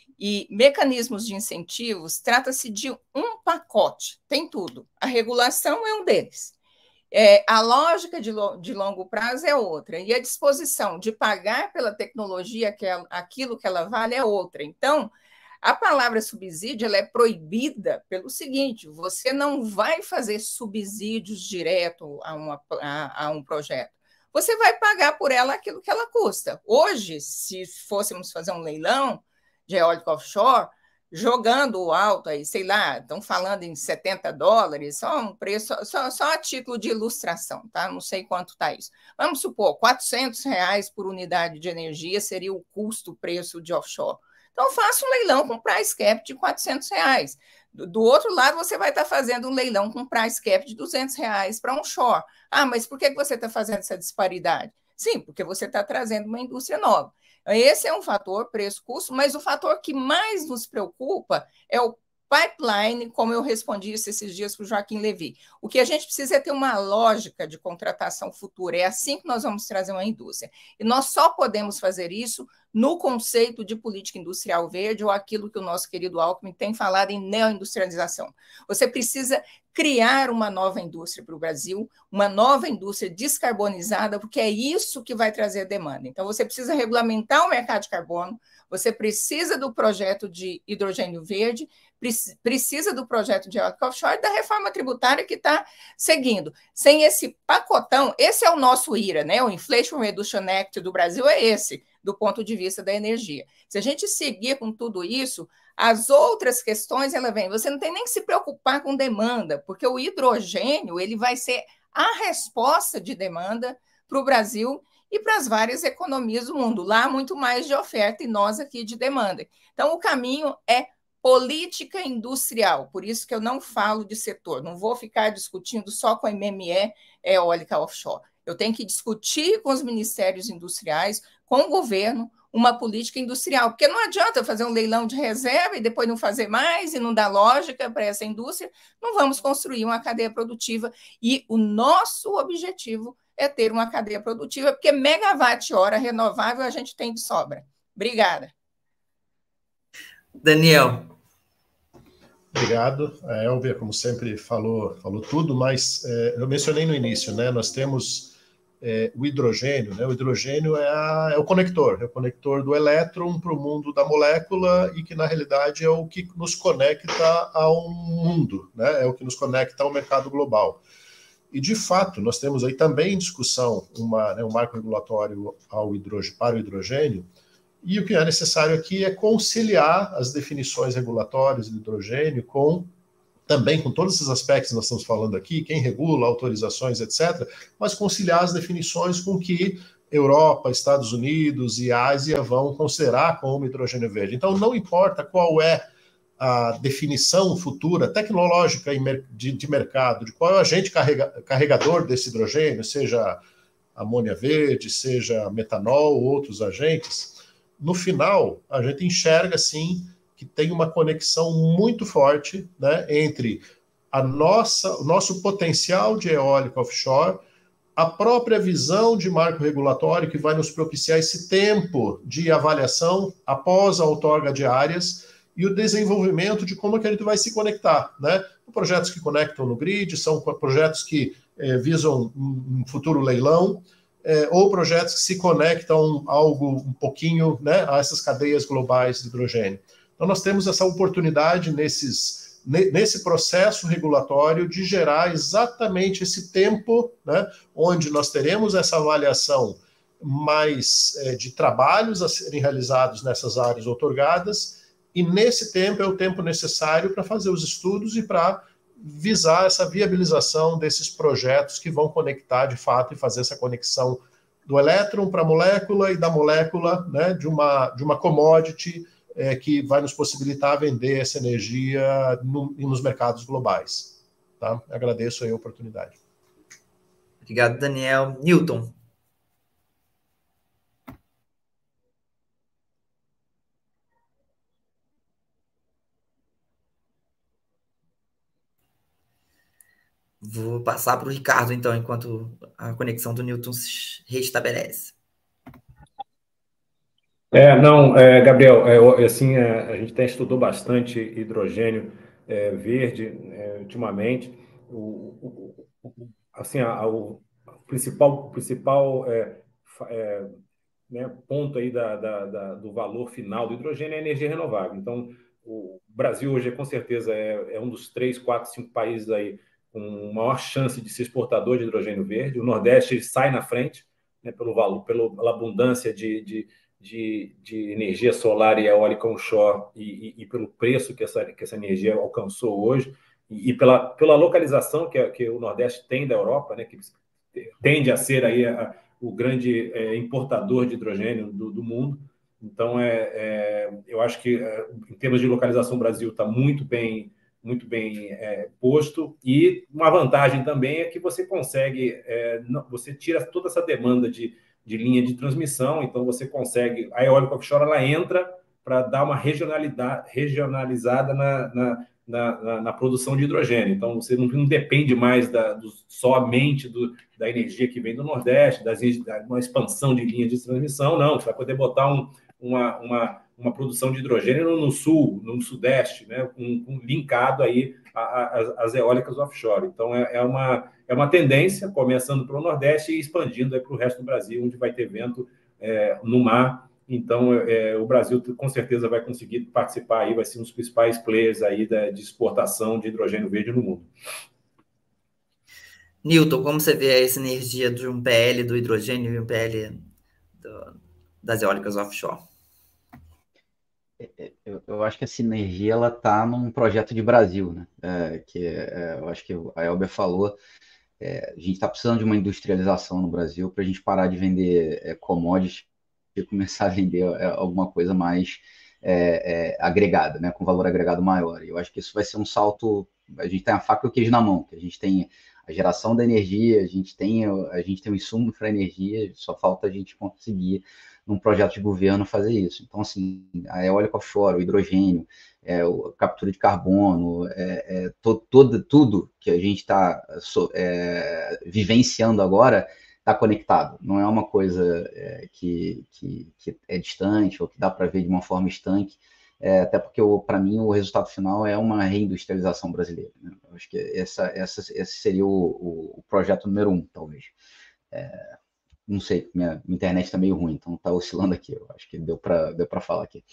[SPEAKER 4] E mecanismos de incentivos, trata-se de um pacote, tem tudo. A regulação é um deles. É, a lógica de, lo, de longo prazo é outra. E a disposição de pagar pela tecnologia que ela, aquilo que ela vale é outra. Então, a palavra subsídio ela é proibida pelo seguinte: você não vai fazer subsídios direto a, uma, a, a um projeto. Você vai pagar por ela aquilo que ela custa. Hoje, se fôssemos fazer um leilão de eólica offshore, jogando alto aí, sei lá, estão falando em setenta dólares, só um preço, só, só a título de ilustração, tá? Não sei quanto está isso. Vamos supor, quatrocentos reais por unidade de energia seria o custo, preço de offshore. Então, faça um leilão com price cap de quatrocentos reais. Do, do outro lado, você vai estar fazendo um leilão com price cap de duzentos reais para onshore. Ah, mas por que você está fazendo essa disparidade? Sim, porque você está trazendo uma indústria nova. Esse é um fator, preço-custo, mas o fator que mais nos preocupa é o pipeline, como eu respondi isso esses dias para o Joaquim Levy. O que a gente precisa é ter uma lógica de contratação futura, é assim que nós vamos trazer uma indústria. E nós só podemos fazer isso no conceito de política industrial verde, ou aquilo que o nosso querido Alckmin tem falado em neoindustrialização. Você precisa criar uma nova indústria para o Brasil, uma nova indústria descarbonizada, porque é isso que vai trazer demanda. Então, você precisa regulamentar o mercado de carbono, você precisa do projeto de hidrogênio verde, precisa do projeto de eólica offshore e da reforma tributária que está seguindo. Sem esse pacotão, esse é o nosso I R A, né? O Inflation Reduction Act do Brasil é esse, do ponto de vista da energia. Se a gente seguir com tudo isso, as outras questões, ela vem. Você não tem nem que se preocupar com demanda, porque o hidrogênio ele vai ser a resposta de demanda para o Brasil e para as várias economias do mundo. Lá, muito mais de oferta e nós aqui de demanda. Então, o caminho é política industrial, por isso que eu não falo de setor, não vou ficar discutindo só com a M M E eólica offshore. Eu tenho que discutir com os ministérios industriais, com o governo, uma política industrial, porque não adianta fazer um leilão de reserva e depois não fazer mais e não dar lógica para essa indústria, não vamos construir uma cadeia produtiva e o nosso objetivo é ter uma cadeia produtiva, porque megawatt-hora renovável a gente tem de sobra. Obrigada.
[SPEAKER 3] Daniel.
[SPEAKER 5] Obrigado. A Elvia, como sempre, falou, falou tudo, mas é, eu mencionei no início, né? Nós temos é, o hidrogênio, né? O hidrogênio é, a, é o conector, é o conector do elétron para o mundo da molécula e que, na realidade, é o que nos conecta ao mundo, né? É o que nos conecta ao mercado global. E, de fato, nós temos aí também em discussão uma, né, um marco regulatório ao hidrogênio, para o hidrogênio, e o que é necessário aqui é conciliar as definições regulatórias do hidrogênio com, também com todos esses aspectos que nós estamos falando aqui, quem regula, autorizações, etcétera, mas conciliar as definições com que Europa, Estados Unidos e Ásia vão considerar como hidrogênio verde. Então, não importa qual é a definição futura tecnológica de, de mercado, de qual é o agente carrega, carregador desse hidrogênio, seja amônia verde, seja metanol ou outros agentes, no final, a gente enxerga, sim, que tem uma conexão muito forte, né, entre a nossa, o nosso potencial de eólica offshore, a própria visão de marco regulatório que vai nos propiciar esse tempo de avaliação após a outorga de áreas e o desenvolvimento de como é que a gente vai se conectar, né? Projetos que conectam no grid, são projetos que eh, visam um futuro leilão, É, ou projetos que se conectam a algo um pouquinho, né, a essas cadeias globais de hidrogênio. Então, nós temos essa oportunidade nesses, nesse processo regulatório de gerar exatamente esse tempo, né, onde nós teremos essa avaliação mais é, de trabalhos a serem realizados nessas áreas outorgadas, e nesse tempo é o tempo necessário para fazer os estudos e para visar essa viabilização desses projetos que vão conectar de fato e fazer essa conexão do elétron para a molécula e da molécula, né, de uma, de uma commodity é, que vai nos possibilitar vender essa energia no, nos mercados globais. Tá? Agradeço aí a oportunidade.
[SPEAKER 3] Obrigado, Daniel. Newton. Vou passar para o Ricardo, então, enquanto a conexão do Newton se restabelece.
[SPEAKER 7] É, não, é, Gabriel, é, assim, é, a gente até estudou bastante hidrogênio é, verde é, ultimamente. O, o, o, assim, a, o principal, principal é, é, né, ponto aí da, da, da, do valor final do hidrogênio é a energia renovável. Então, o Brasil hoje, com certeza, é, é um dos três, quatro, cinco países aí com maior chance de ser exportador de hidrogênio verde. O Nordeste sai na frente, né, pelo valor, pela abundância de, de, de, de energia solar e eólica onshore e, e, e pelo preço que essa, que essa energia alcançou hoje e, e pela, pela localização que, a, que o Nordeste tem da Europa, né, que tende a ser aí a, o grande é, importador de hidrogênio do, do mundo. Então, é, é, eu acho que, é, em termos de localização, o Brasil está muito bem, muito bem é, posto. E uma vantagem também é que você consegue, é, não, você tira toda essa demanda de, de linha de transmissão, então você consegue, a eólica offshore ela entra para dar uma regionalidade, regionalizada na, na, na, na produção de hidrogênio. Então, você não, não depende mais da, do, somente do, da energia que vem do Nordeste, das, da, uma expansão de linhas de transmissão, não. Você vai poder botar um, uma, uma, uma produção de hidrogênio no, no Sul, no Sudeste, né, com, com, linkado aí às eólicas offshore. Então, é, é, uma, é uma tendência, começando pelo Nordeste e expandindo para o resto do Brasil, onde vai ter vento é, no mar. Então, é, o Brasil, com certeza, vai conseguir participar aí, vai ser um dos principais players aí da, de exportação de hidrogênio verde no mundo.
[SPEAKER 3] Newton, como você vê essa energia de um P L do hidrogênio e um P L do, das eólicas offshore?
[SPEAKER 8] Eu, eu acho que a sinergia ela está num projeto de Brasil, né? É, que é, eu acho que a Elbia falou, é, a gente está precisando de uma industrialização no Brasil para a gente parar de vender é, commodities e começar a vender é, alguma coisa mais é, é, agregada, né? Com valor agregado maior. E eu acho que isso vai ser um salto. A gente tem a faca e o queijo na mão, que a gente tem a geração da energia, a gente tem a gente tem o insumo para energia, só falta a gente conseguir num projeto de governo fazer isso. Então, assim, a eólica offshore, o hidrogênio, é, a captura de carbono, é, é, to, todo, tudo que a gente está é, vivenciando agora está conectado. Não é uma coisa é, que, que, que é distante ou que dá para ver de uma forma estanque, é, até porque, para mim, o resultado final é uma reindustrialização brasileira, né? Eu acho que essa, essa, esse seria o, o, o projeto número um, talvez. É, não sei, minha, minha internet está meio ruim, então está oscilando aqui. Eu acho que deu para deu para falar aqui.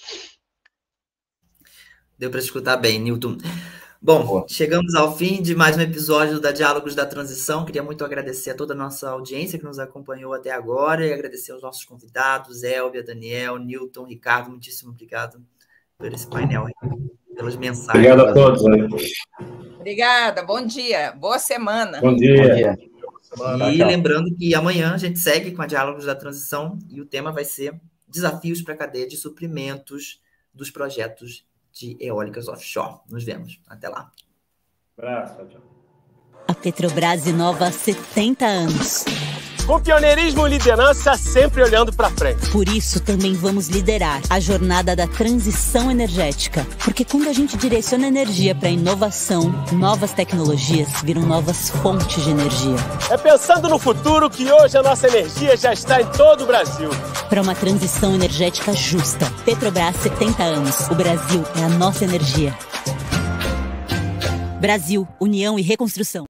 [SPEAKER 3] Deu para escutar bem, Newton. Bom, Boa. Chegamos ao fim de mais um episódio da Diálogos da Transição. Queria muito agradecer a toda a nossa audiência que nos acompanhou até agora e agradecer aos nossos convidados, Elbia, Daniel, Newton, Ricardo. Muitíssimo obrigado por esse painel, pelas mensagens.
[SPEAKER 7] Obrigado a todos. Né?
[SPEAKER 4] Obrigada, bom dia, boa semana.
[SPEAKER 7] Bom dia. Bom dia.
[SPEAKER 3] E lembrando que amanhã a gente segue com a Diálogos da Transição e o tema vai ser desafios para a cadeia de suprimentos dos projetos de eólicas offshore. Nos vemos. Até lá.
[SPEAKER 7] Abraço, tchau.
[SPEAKER 1] A Petrobras inova há setenta anos.
[SPEAKER 2] Com pioneirismo e liderança sempre olhando para frente.
[SPEAKER 1] Por isso, também vamos liderar a jornada da transição energética. Porque quando a gente direciona energia para inovação, novas tecnologias viram novas fontes de energia.
[SPEAKER 2] É pensando no futuro que hoje a nossa energia já está em todo o Brasil.
[SPEAKER 1] Para uma transição energética justa. Petrobras, setenta anos. O Brasil é a nossa energia. Brasil, União e Reconstrução.